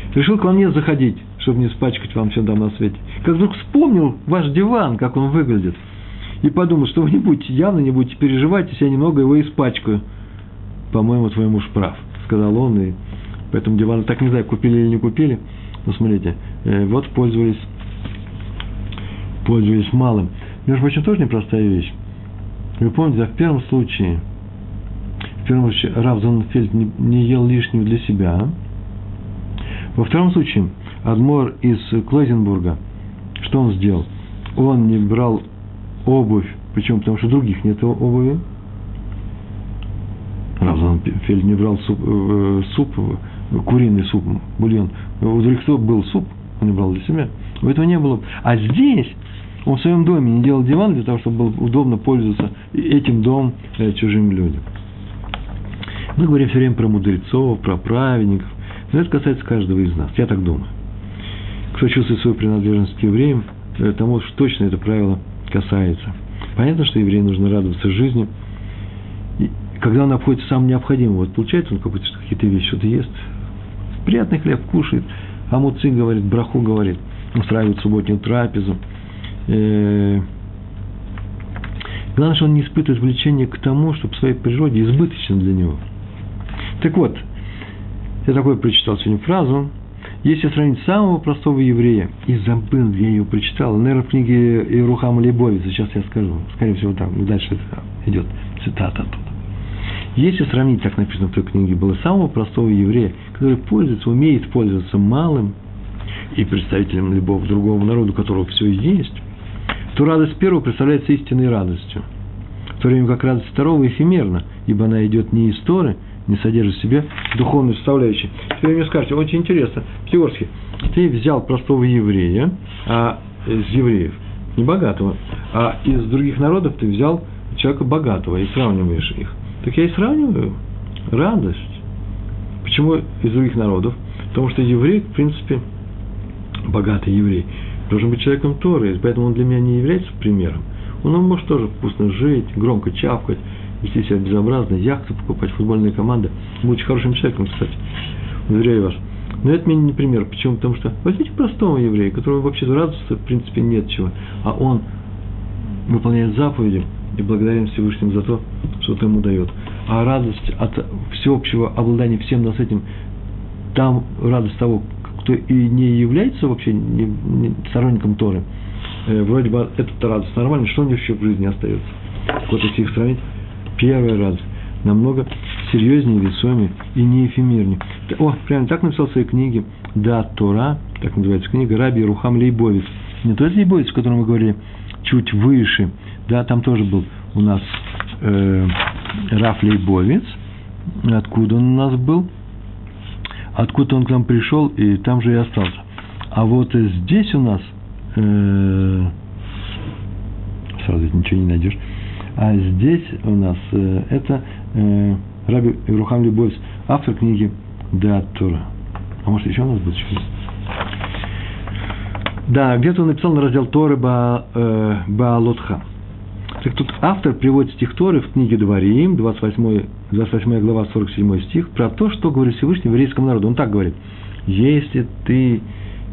решил к вам не заходить, чтобы не испачкать вам все там на свете. Как вдруг вспомнил ваш диван, как он выглядит, и подумал, что вы не будете, явно не будете переживать, если я немного его испачкаю. По-моему, твой муж прав, сказал он, и поэтому диван, так не знаю, купили или не купили, но смотрите, вот пользовались, пользовались малым. Между прочим, тоже непростая вещь. Вы помните, да, в первом случае, в первом случае Рав Зонненфельд не, не ел лишнего для себя. Во втором случае адмор из Клойзенбурга, что он сделал? Он не брал обувь, почему? Потому что других нет обуви. Рав Зонненфельд не брал суп, э, суп, куриный суп, бульон. У других был суп, он не брал для себя. У этого не было. А здесь он в своем доме не делал диван для того, чтобы было удобно пользоваться этим домом э, чужим людям. Мы говорим все время про мудрецов, про праведников. Но это касается каждого из нас. Я так думаю. Кто чувствует свою принадлежность к евреям, тому уж точно это правило касается. Понятно, что еврею нужно радоваться жизни. И когда он обходит сам необходимый, вот получается он какие-то, какие-то вещи, что-то ест, приятный хлеб кушает, амуци говорит, браху говорит, устраивает субботнюю трапезу. Главное, что он не испытывает влечения к тому, что по своей природе избыточно для него. Так вот, я такой прочитал сегодня фразу. Если сравнить самого простого еврея, и забыл, где я ее прочитал, наверное, в книге Ирухама Лейбовица, сейчас я скажу, скорее всего, там, дальше это идет цитата оттуда. Если сравнить, так написано в той книге, было самого простого еврея, который пользуется, умеет пользоваться малым, и представителем любого другого народа, у которого все есть, то радость первого представляется истинной радостью, в то время как радость второго эфемерна, ибо она идет не из Торы, не содержит в себе духовной составляющей. Теперь мне скажете, очень интересно, Пьегорский, ты взял простого еврея, а из евреев, не богатого, а из других народов ты взял человека богатого и сравниваешь их. Так я и сравниваю радость. Почему из других народов? Потому что еврей, в принципе, богатый еврей, должен быть человеком Торы, поэтому он для меня не является примером. Он может тоже вкусно жить, громко чавкать, вести себя безобразно, яхты покупать, футбольные команды. Быть очень хорошим человеком, кстати, уверяю вас. Но это мне не пример. Почему? Потому что возьмите простого еврея, которого вообще радоваться в принципе нет чего, а он выполняет заповеди и благодарен Всевышнему за то, что он ему дает. А радость от всеобщего обладания всем нас этим, там радость того, кто и не является вообще не, не сторонником Торы, э, вроде бы эта радость нормальная, что у него еще в жизни остается? Вот если их сравнить, первая радость намного серьезнее, весомее и не эфемернее. О, прямо так написал в своей книге «Да, Тора», так называется книга, Раби Ирухам Лейбовиц. Не тот Лейбовиц, о котором мы говорили, чуть выше, да, там тоже был у нас э, Рав Лейбовиц. Откуда он у нас был? Откуда он к нам пришел, и там же и остался. А вот здесь у нас э, сразу ничего не найдешь. А здесь у нас э, это э, Раби Ирухам Лейбовиц, автор книги «Да, Тора». А может, еще у нас будет что-то? Да, где-то он написал на раздел Торы ба, э, Баалотха. Так тут автор приводит стих Торы в книге Дворим, двадцать восьмая глава, сорок седьмой стих, про то, что говорит Всевышний еврейскому народу. Он так говорит: если ты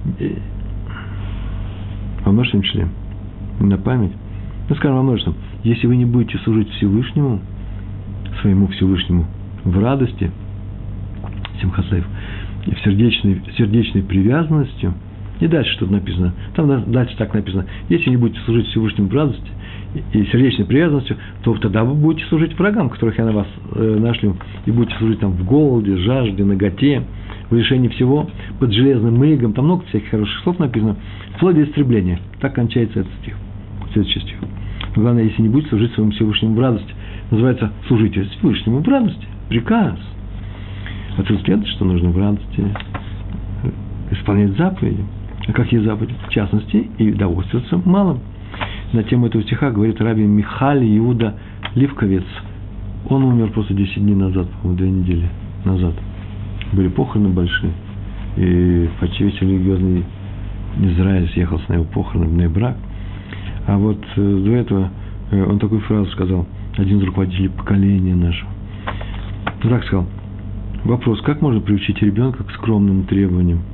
во множественном числе, на память, ну, скажем, во множественном, если вы не будете служить Всевышнему, своему Всевышнему, в радости, Симхасейф, и в сердечной, сердечной привязанностью, и дальше что-то написано, там дальше так написано: если не будете служить Всевышнему в радости и сердечной привязанностью, то тогда вы будете служить врагам, которых я на вас э, нашлю, и будете служить там в голоде, жажде, наготе, в лишении всего, под железным игом. Там много всяких хороших слов написано, вплоть до истребления. Так кончается этот стих, следующий стих. Но главное, если не будете служить своему Всевышнему в радости, называется служите Всевышнему в радости, приказ. Отсюда следует, что нужно в радости исполнять заповеди. А какие заповеди? В частности, и довольствоваться малым. На тему этого стиха говорит раби Михаль Иуда Ливковец. Он умер просто десять дней назад, по-моему, две недели назад. Были похороны большие, и почти весь религиозный Израиль съехался на его похороны в Нейбрак. А вот э, до этого э, он такую фразу сказал, один из руководителей поколения нашего. Он так сказал: вопрос, как можно приучить ребенка к скромным требованиям?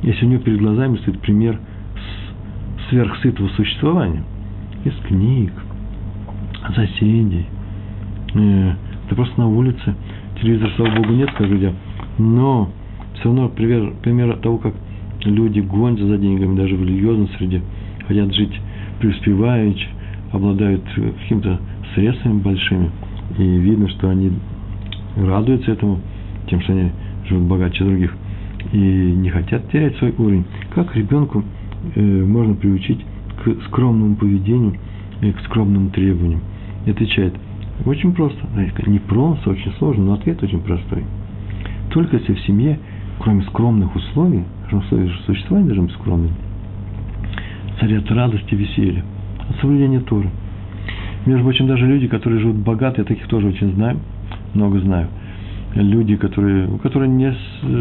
если у него перед глазами стоит пример сверхсытого существования из книг, соседей, э, да просто на улице, телевизор, слава богу, нет, скажу я, но все равно пример, пример того, как люди гонятся за деньгами, даже в религиозной среде, хотят жить преуспеваючи, обладают какими-то средствами большими, и видно, что они радуются этому, тем, что они живут богаче других, и не хотят терять свой уровень. Как ребенку э, можно приучить к скромному поведению и к скромным требованиям? И отвечает, очень просто, не просто, очень сложно, но ответ очень простой. Только если в семье, кроме скромных условий, условия существования должны быть скромными, царят радость и веселье от соблюдения Торы. Между прочим, даже люди, которые живут богато, я таких тоже очень знаю, много знаю. Люди, которые, которые не,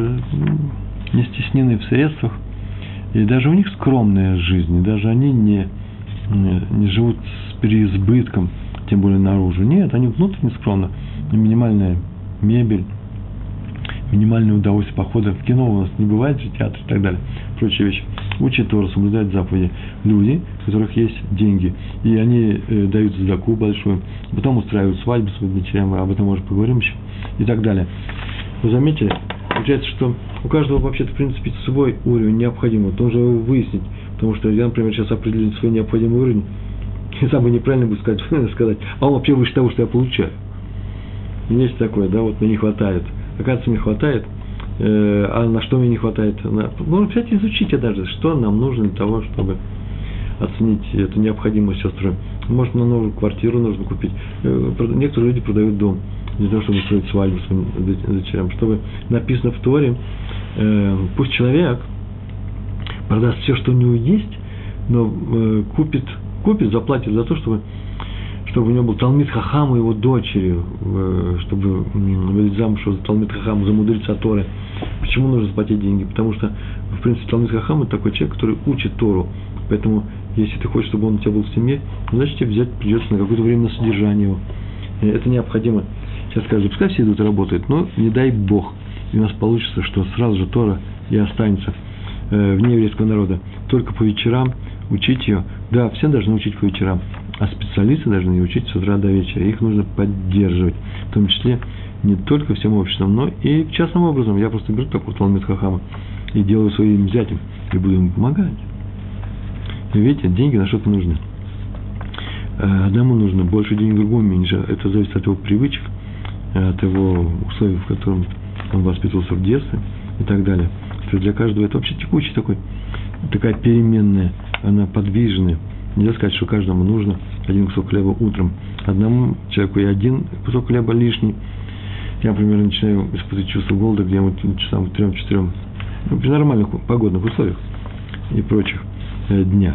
не стеснены в средствах, и даже у них скромная жизнь, и даже они не, не, не живут с переизбытком, тем более наружу. Нет, они внутренне скромно. Минимальная мебель, минимальное удовольствие похода в кино у нас не бывает же, театр и так далее, прочие вещи. Учат Тору, соблюдают заповеди. Люди, у которых есть деньги, и они э, дают задаку большую, потом устраивают свадьбу своим дочерям, об этом, может, поговорим еще, и так далее. Вы заметили, получается, что у каждого вообще-то, в принципе, свой уровень необходимый, нужно его выяснить, потому что я, например, сейчас определил свой необходимый уровень, и самое неправильное будет сказать, сказать, а он вообще выше того, что я получаю. Есть такое, да, вот мне не хватает. Оказывается, мне хватает, э, а на что мне не хватает? На, можно, кстати, изучить однажды, что нам нужно для того, чтобы оценить эту необходимость сестры. Может, на новую квартиру нужно купить. Э, некоторые люди продают дом для того, чтобы устроить свадьбу своим дочерям. Чтобы написано в Торе, э, пусть человек продаст все, что у него есть, но э, купит, купит, заплатит за то, чтобы чтобы у него был Талмид Хахам и его дочери, чтобы выйти замуж за Талмид Хахам, за мудреца Торы. Почему нужно заплатить деньги? Потому что, в принципе, Талмид Хахам – это такой человек, который учит Тору. Поэтому, если ты хочешь, чтобы он у тебя был в семье, значит, тебе взять придется на какое-то время на содержание его. Это необходимо. Сейчас скажут, пускай все идут и работают, но не дай Бог. И у нас получится, что сразу же Тора и останется вне еврейского народа. Только по вечерам учить ее. Да, все должны учить по вечерам. А специалисты должны учить с утра до вечера. Их нужно поддерживать. В том числе не только всем обществом, но и частным образом. Я просто беру такого Талмид Хахама и делаю своим зятем. И буду ему помогать. И видите, деньги на что-то нужны. Одному нужно больше денег, другому меньше. Это зависит от его привычек, от его условий, в котором он воспитывался в детстве и так далее. То есть для каждого это вообще текучий такой, такая переменная, она подвижная. Нельзя сказать, что каждому нужно один кусок хлеба утром. Одному человеку и один кусок хлеба лишний. Я, например, начинаю испытывать чувство голода где-нибудь часам трем-четырем, ну, при нормальных погодных условиях и прочих э, дня.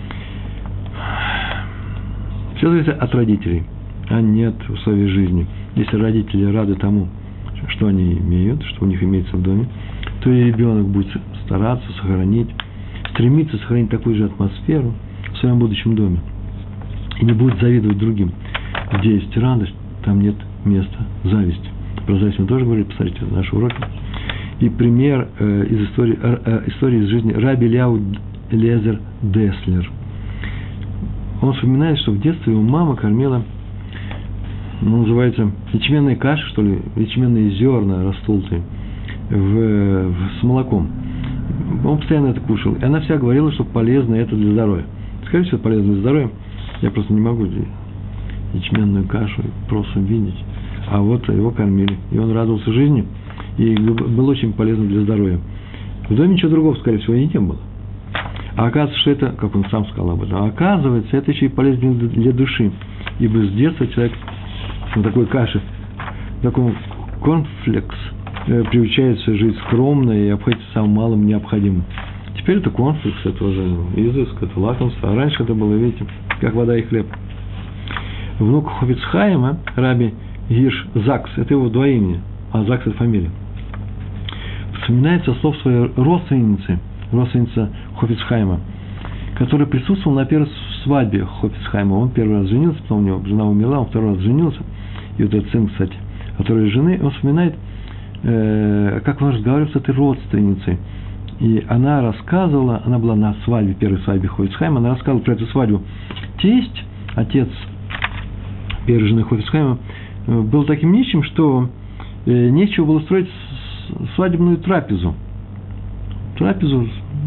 Все зависит от родителей, а не от условий жизни. Если родители рады тому, что они имеют, что у них имеется в доме, то и ребенок будет стараться сохранить, стремиться сохранить такую же атмосферу в своем будущем доме. И не будет завидовать другим. Где есть радость, там нет места зависти. Про зависть мы тоже говорили, посмотрите наши уроки. И пример э, из истории, э, истории из жизни Раби Эляу Элиэзер Деслер. Он вспоминает, что в детстве его мама кормила, ну, называется, ячменные каши, что ли, ячменные зерна растолтые в, в, с молоком. Он постоянно это кушал. И она вся говорила, что полезно это для здоровья. Скорее всего, полезно для здоровья. Я просто не могу ячменную кашу просто видеть. А вот его кормили. И он радовался жизни. И был очень полезно для здоровья. В доме ничего другого, скорее всего, и не было. А оказывается, что это, как он сам сказал об этом, а оказывается, это еще и полезно для души. Ибо с детства человек на такой каше, на таком корнфлекс, э, приучается жить скромно и обходиться самым малым необходимым. Теперь это корнфлекс, это уже изыск, это лакомство. А раньше это было, видите, как вода и хлеб. Внук Хофец Хаима, Раби Гирш Закс, это его два имени, а Закс – это фамилия, вспоминает со слов своей родственницы, родственница Хофец Хаима, которая присутствовала на первой свадьбе Хофец Хаима. Он первый раз женился, потом у него жена умерла, он второй раз женился. И вот этот сын, кстати, который жены, он вспоминает, э, как он разговаривал с этой родственницей. И она рассказывала, она была на свадьбе, первой свадьбе Хофец Хаима, она рассказывала про эту свадьбу. Тесть, отец первой жены Хофец Хаима, был таким нищим, что нечего было строить свадебную трапезу. Трапезу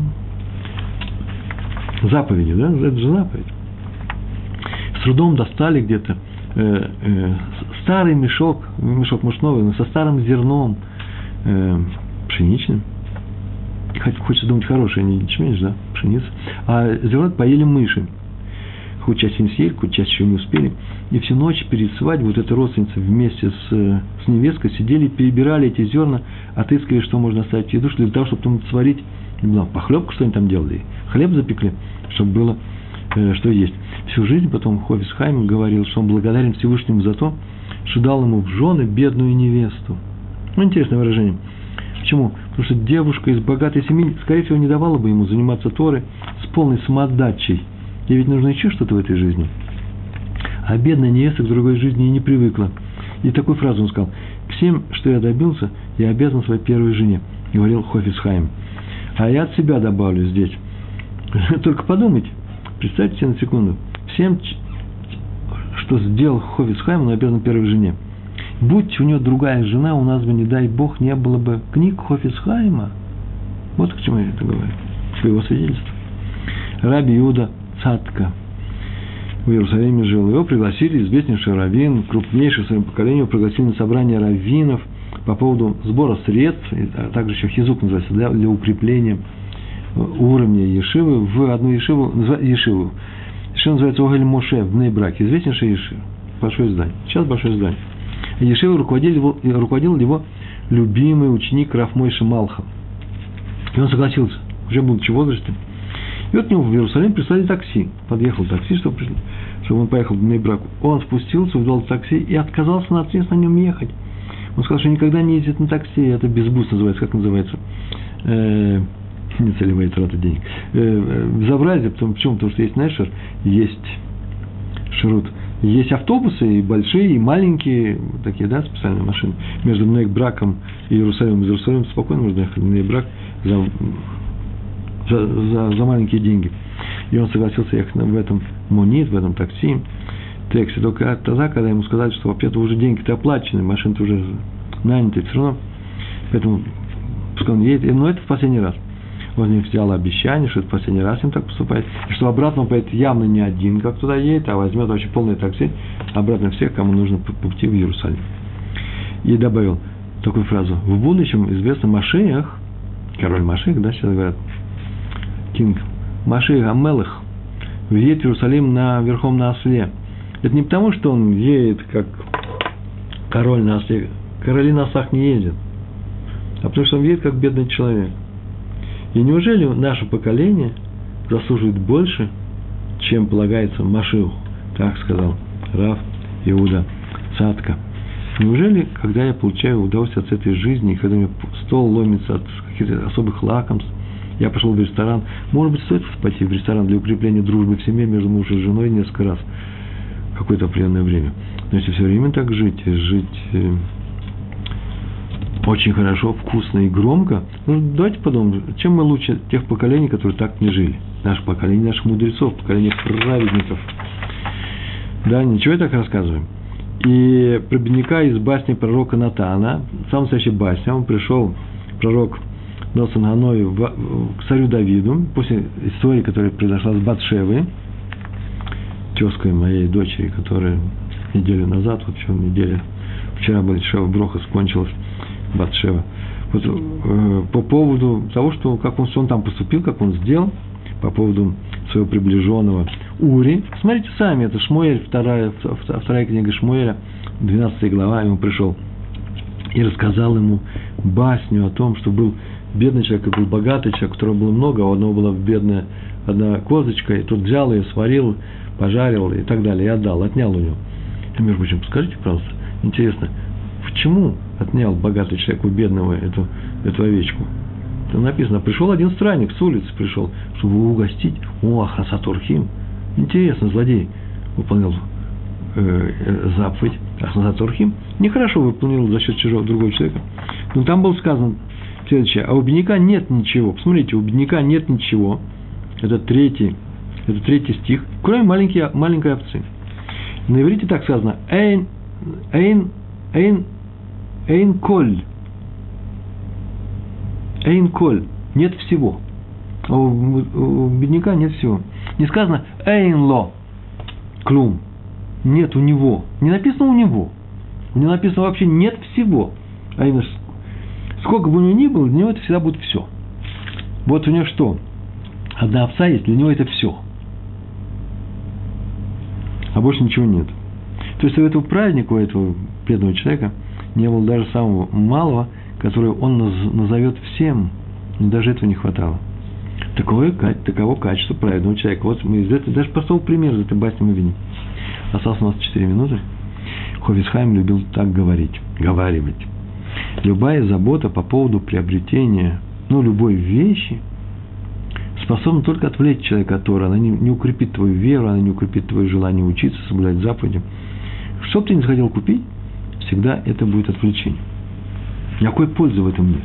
заповеди, да? Это же заповедь. С трудом достали где-то э, э, старый мешок, мешок, может, новый, но со старым зерном э, пшеничным. Хочется думать хорошее, не ячмень, да, пшеница. А зерно поели мыши. Хоть часть не съели, хоть часть еще не успели. И всю ночь перед свадьбой вот эта родственница вместе с, с невесткой сидели, перебирали эти зерна, отыскали, что можно оставить в еду, для того, чтобы там сварить, похлебку, что они там делали, хлеб запекли, чтобы было э, что есть. Всю жизнь потом Хофец Хаим говорил, что он благодарен Всевышнему за то, что дал ему в жены бедную невесту. Ну, интересное выражение. Почему? Потому что девушка из богатой семьи, скорее всего, не давала бы ему заниматься Торой с полной самоотдачей. Ей ведь нужно еще что-то в этой жизни. А бедная невеста к другой жизни и не привыкла. И такую фразу он сказал: «Всем, что я добился, я обязан своей первой жене», говорил Хофец Хаим. А я от себя добавлю здесь. Только подумайте, представьте себе на секунду. Всем, что сделал Хофец Хаим, он обязан первой жене. Будь у него другая жена, у нас бы, не дай Бог, не было бы книг Хофец Хаима. Вот к чему я это говорю. К его свидетельству. Раби Иуда Цатка в Иерусалиме жил. Его пригласили, известнейший раввин, крупнейший в своем поколении, его пригласили на собрание раввинов по поводу сбора средств, а также еще хизук называется, для, для укрепления уровня ешивы в одну ешиву, ешиву. Ешива называется Огель Моше в Бней-Браке, известнейший ешива, большое здание. Сейчас большое здание. Ешивой руководил его, руководил его любимый ученик Рав Мойше Малха. И он согласился, уже будучи в возрасте. И вот к нему в Иерусалим прислали такси. Подъехал такси, чтобы, чтобы он поехал в Бней-Брак. Он спустился, взял такси и отказался на отъезд на нем ехать. Он сказал, что никогда не ездит на такси. Это безбус называется. Как называется? Э, не целевая трата денег. Э, безобразие. Потому, почему? Потому что есть Нешер, есть Шрут. Есть автобусы, и большие, и маленькие, такие, да, специальные машины. Между Бней-Браком и Иерусалимом. Из Иерусалима спокойно можно ехать в Бней-Брак за, за, за, за маленькие деньги. И он согласился ехать в этом монит, в этом такси, такси. Только тогда, когда ему сказали, что вообще-то уже деньги-то оплачены, машины-то уже наняты, все равно. Поэтому пускай он едет. Но это в последний раз. Он не взял обещание, что это в последний раз им так поступает, и что обратно он поедет явно не один, как туда едет, а возьмет вообще полное такси, обратно всех, кому нужно по пути в Иерусалим. И добавил такую фразу: в будущем известно Машиах, король Машиах, да, сейчас говорят, Кинг, Машиах Амелех, едет в Иерусалим на, верхом на осле. Это не потому, что он едет как король на осле, короли на ослах не ездят, а потому что он едет как бедный человек. И неужели наше поколение заслуживает больше, чем полагается Машиаху? Так сказал Рав Иуда Цатка. Неужели, когда я получаю удовольствие от этой жизни, когда мне стол ломится от каких-то особых лакомств, я пошел в ресторан, может быть, стоит пойти в ресторан для укрепления дружбы в семье между мужем и женой несколько раз в какое-то определенное время. Но если все время так жить, жить очень хорошо, вкусно и громко, ну, давайте подумаем, чем мы лучше тех поколений, которые так не жили. Наше поколение, наших мудрецов, поколение праведников. Да, ничего я так рассказываю. И про бедняка из басни пророка Натана, самая настоящая басня, он пришел, пророк Носан Ганой, к царю Давиду, после истории, которая произошла с Батшевой, тезкой моей дочери, которая неделю назад, вот еще неделю, вчера Батшева Броха скончилась, Батшева. Вот, э, по поводу того, что как он, что он там поступил, как он сделал, по поводу своего приближенного Ури. Смотрите сами, это Шмуэль, вторая, вторая книга Шмуэля, двенадцатая глава, ему пришел и рассказал ему басню о том, что был бедный человек и был богатый человек, у которого было много, а у одного была бедная одна козочка, и тот взял ее, сварил, пожарил и так далее, и отдал, отнял у него. И, между прочим, скажите, пожалуйста, интересно, почему отнял богатый человек у бедного эту, эту овечку? Там написано, пришел один странник с улицы, пришел, чтобы его угостить. О, Ахнасат Орхим. Интересно, злодей выполнял э, заповедь Ахнасат Орхим. Нехорошо выполнил за счет чужого другого человека. Но там было сказано, Следующее. А у бедняка нет ничего. Посмотрите, у бедняка нет ничего. Это третий, это третий стих. Кроме маленькой, маленькой овцы. На иврите так сказано. Эйн, эйн, эйн, эйн коль. Эйн коль. Нет всего. А у, у бедняка нет всего. Не сказано эйн ло. Клум. Нет у него. Не написано у него. Не написано вообще нет всего. А именно, сколько бы у него ни было, для него это всегда будет все. Вот у него что? Одна овца есть, для него это все. А больше ничего нет. То есть у этого праздника, у этого бедного человека не было даже самого малого, который он назовет всем. Но даже этого не хватало. Таково, таково качество праведного человека. Вот мы из этого, даже простого примера из этой басни мы видим. Осталось у нас четыре минуты. Хофец Хаим любил так говорить, говаривать. Любая забота по поводу приобретения, ну, любой вещи способна только отвлечь человека от Торы. Она не, не укрепит твою веру, она не укрепит твое желание учиться, соблюдать заповеди. Что бы ты ни захотел купить, всегда это будет отвлечение. Никакой пользы в этом нет.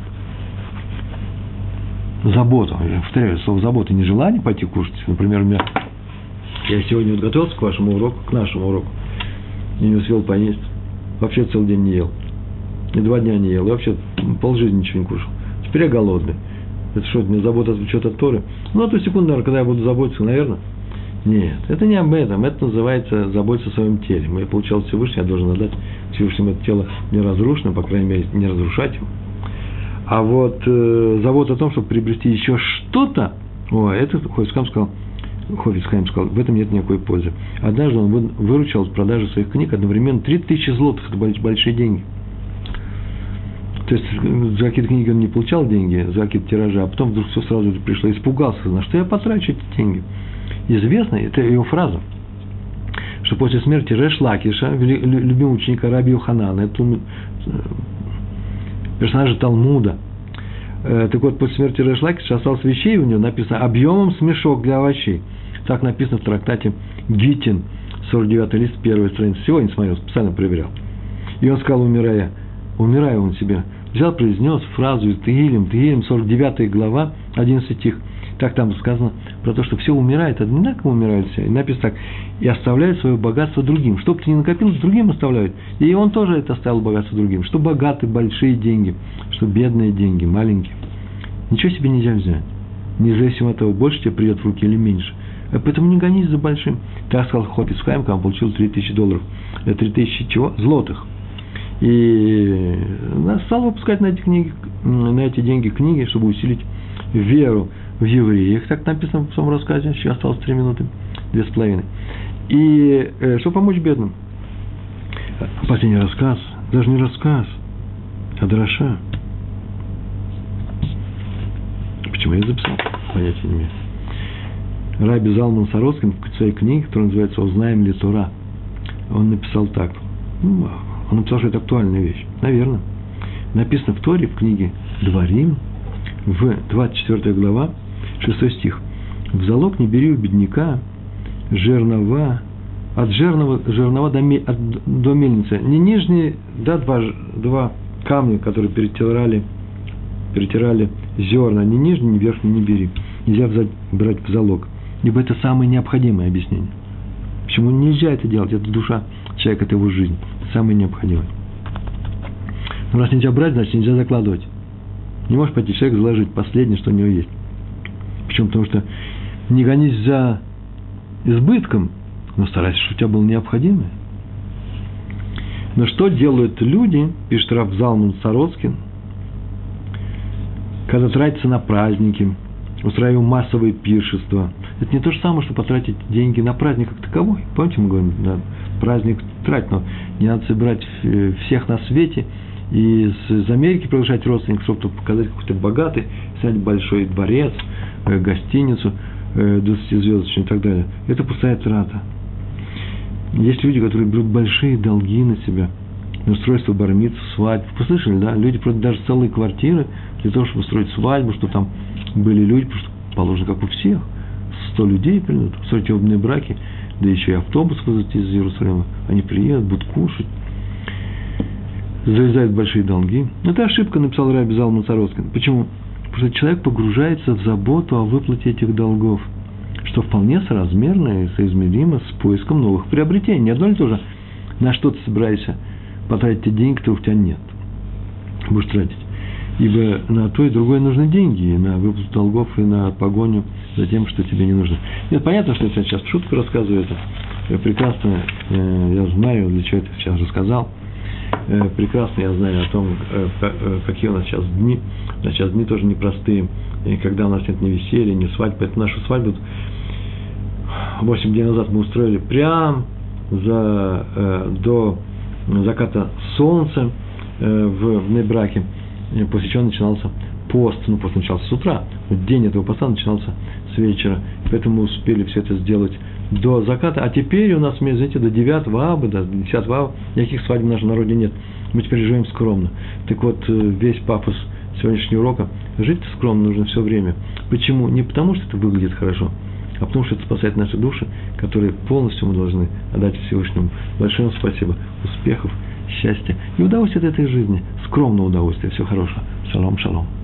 Забота. Я повторяю, слово забота, не желание пойти кушать. Например, у меня, я сегодня вот готовился к вашему уроку, к нашему уроку, и не успел поесть. Вообще целый день не ел. И два дня не ел. И вообще полжизни ничего не кушал. Теперь я голодный. Это что, мне забота отвлечет от Торы? Ну, а ту секунду, наверное, когда я буду заботиться, наверное. Нет, это не об этом. Это называется заботиться о своем теле. Я получал Всевышний, я должен отдать Всевышнему это тело не разрушенное, по крайней мере, не разрушать его. А вот э, забота о том, чтобы приобрести еще что-то, о, это Хофец Хаим сказал, Хофец Хаим сказал, в этом нет никакой пользы. Однажды он выручал с продажи своих книг одновременно три тысячи злотых, это большие деньги. То есть за какие-то книги он не получал деньги, за какие-то тиражи, а потом вдруг все сразу пришло, испугался, на что я потрачу эти деньги. Известно, это его фраза, что после смерти Реш Лакиша, любимого ученика Раби Йоханана, это персонажа Талмуда, так вот, после смерти Реш Лакиша осталось вещей у него, написано объемом с мешок для овощей. Так написано в трактате Гитин, сорок девятый лист, первая страница. Сегодня смотрел, специально проверял. И он сказал, умирая, умирая он себе, взял, произнес фразу из Тегилим, Тегилим, сорок девятая глава, одиннадцатый стих. Так там сказано про то, что все умирает, одинаково умирают все. И написано так, и оставляют свое богатство другим. Что бы ты ни накопил, другим оставляют. И он тоже это оставил богатство другим. Что богатые, большие деньги, что бедные деньги, маленькие. Ничего себе нельзя взять. Независимо от того, больше тебе придет в руки или меньше. Поэтому не гонись за большим. Так сказал Хофец Хаим, когда он получил три тысячи долларов. три тысячи чего? Злотых. И стал выпускать на эти, книги, на эти деньги книги, чтобы усилить веру в евреях. Так написано в своем рассказе. Еще осталось три минуты, две с половиной. И э, чтобы помочь бедным. Последний рассказ, даже не рассказ, а дроша. Почему я записал? Понятия не имею. Раби Залман Сароцкин в своей книге, которая называется «Узнаем ли Тора», он написал так. Ну, он написал, что это актуальная вещь. Наверное. Написано в Торе, в книге Дворим, в двадцать четвёртая глава, шестой стих. «В залог не бери у бедняка жернова, от жернова, жернова до, до мельницы». Не нижние, да, два, два камня, которые перетирали, перетирали зерна. Ни нижний, ни верхний не бери. Нельзя взять, брать в залог. Ибо это самое необходимое объяснение. Почему нельзя это делать? Это душа человека, это его жизнь. Самое необходимое. Но раз нельзя брать, значит нельзя закладывать. Не можешь пойти человек заложить последнее, что у него есть. Почему? Потому что не гонись за избытком, но старайся, чтобы у тебя было необходимое. Но что делают люди, пишет Рав Залман Сароцкин, когда тратятся на праздники, устраиваем массовые пиршества. Это не то же самое, что потратить деньги на праздник как таковой. Помните, мы говорим, да, праздник трать, но не надо собирать всех на свете и из Америки приглашать родственников, чтобы показать какой-то богатый, снять большой дворец, гостиницу двадцатизвездочную и так далее. Это пустая трата. Есть люди, которые берут большие долги на себя, на устройство бар-мицвы, свадьбу. Вы слышали, да? Люди продают даже целые квартиры для того, чтобы устроить свадьбу, чтобы там были люди, потому что положено, как у всех. Сто людей придут, устроить обменные браки, да еще и автобус вызвать из Иерусалима. Они приедут, будут кушать. залезает в большие долги. Это ошибка, написал Раби Залман Сароцкин. Почему? Потому что человек погружается в заботу о выплате этих долгов, что вполне соразмерно и соизмеримо с поиском новых приобретений. Не одно ли то же, на что ты собираешься потратить те деньги, которых у тебя нет. Будешь тратить. Ибо на то и другое нужны деньги, и на выплату долгов, и на погоню за тем, что тебе не нужно. Нет, понятно, что я сейчас в шутку рассказываю это. Я прекрасно, я знаю, для чего я это сейчас рассказал. Прекрасно я знаю о том, какие у нас сейчас дни. У нас сейчас дни тоже непростые, и когда у нас нет ни веселья, ни свадьбы. Поэтому нашу свадьбу восемь дней назад мы устроили прямо за, до заката солнца в Бней-Браке, после чего начинался пост. Ну, пост начался с утра, но день этого поста начинался с вечера. Поэтому мы успели все это сделать до заката, а теперь у нас, знаете, до девятого ава, до десятого ава никаких свадеб в нашем народе нет. Мы теперь живем скромно. Так вот, весь пафос сегодняшнего урока – жить скромно нужно все время. Почему? Не потому, что это выглядит хорошо, а потому, что это спасает наши души, которые полностью мы должны отдать Всевышнему. Большое вам спасибо, успехов, счастья и удовольствия от этой жизни. Скромного удовольствия. Всего хорошего. Шалом, шалом.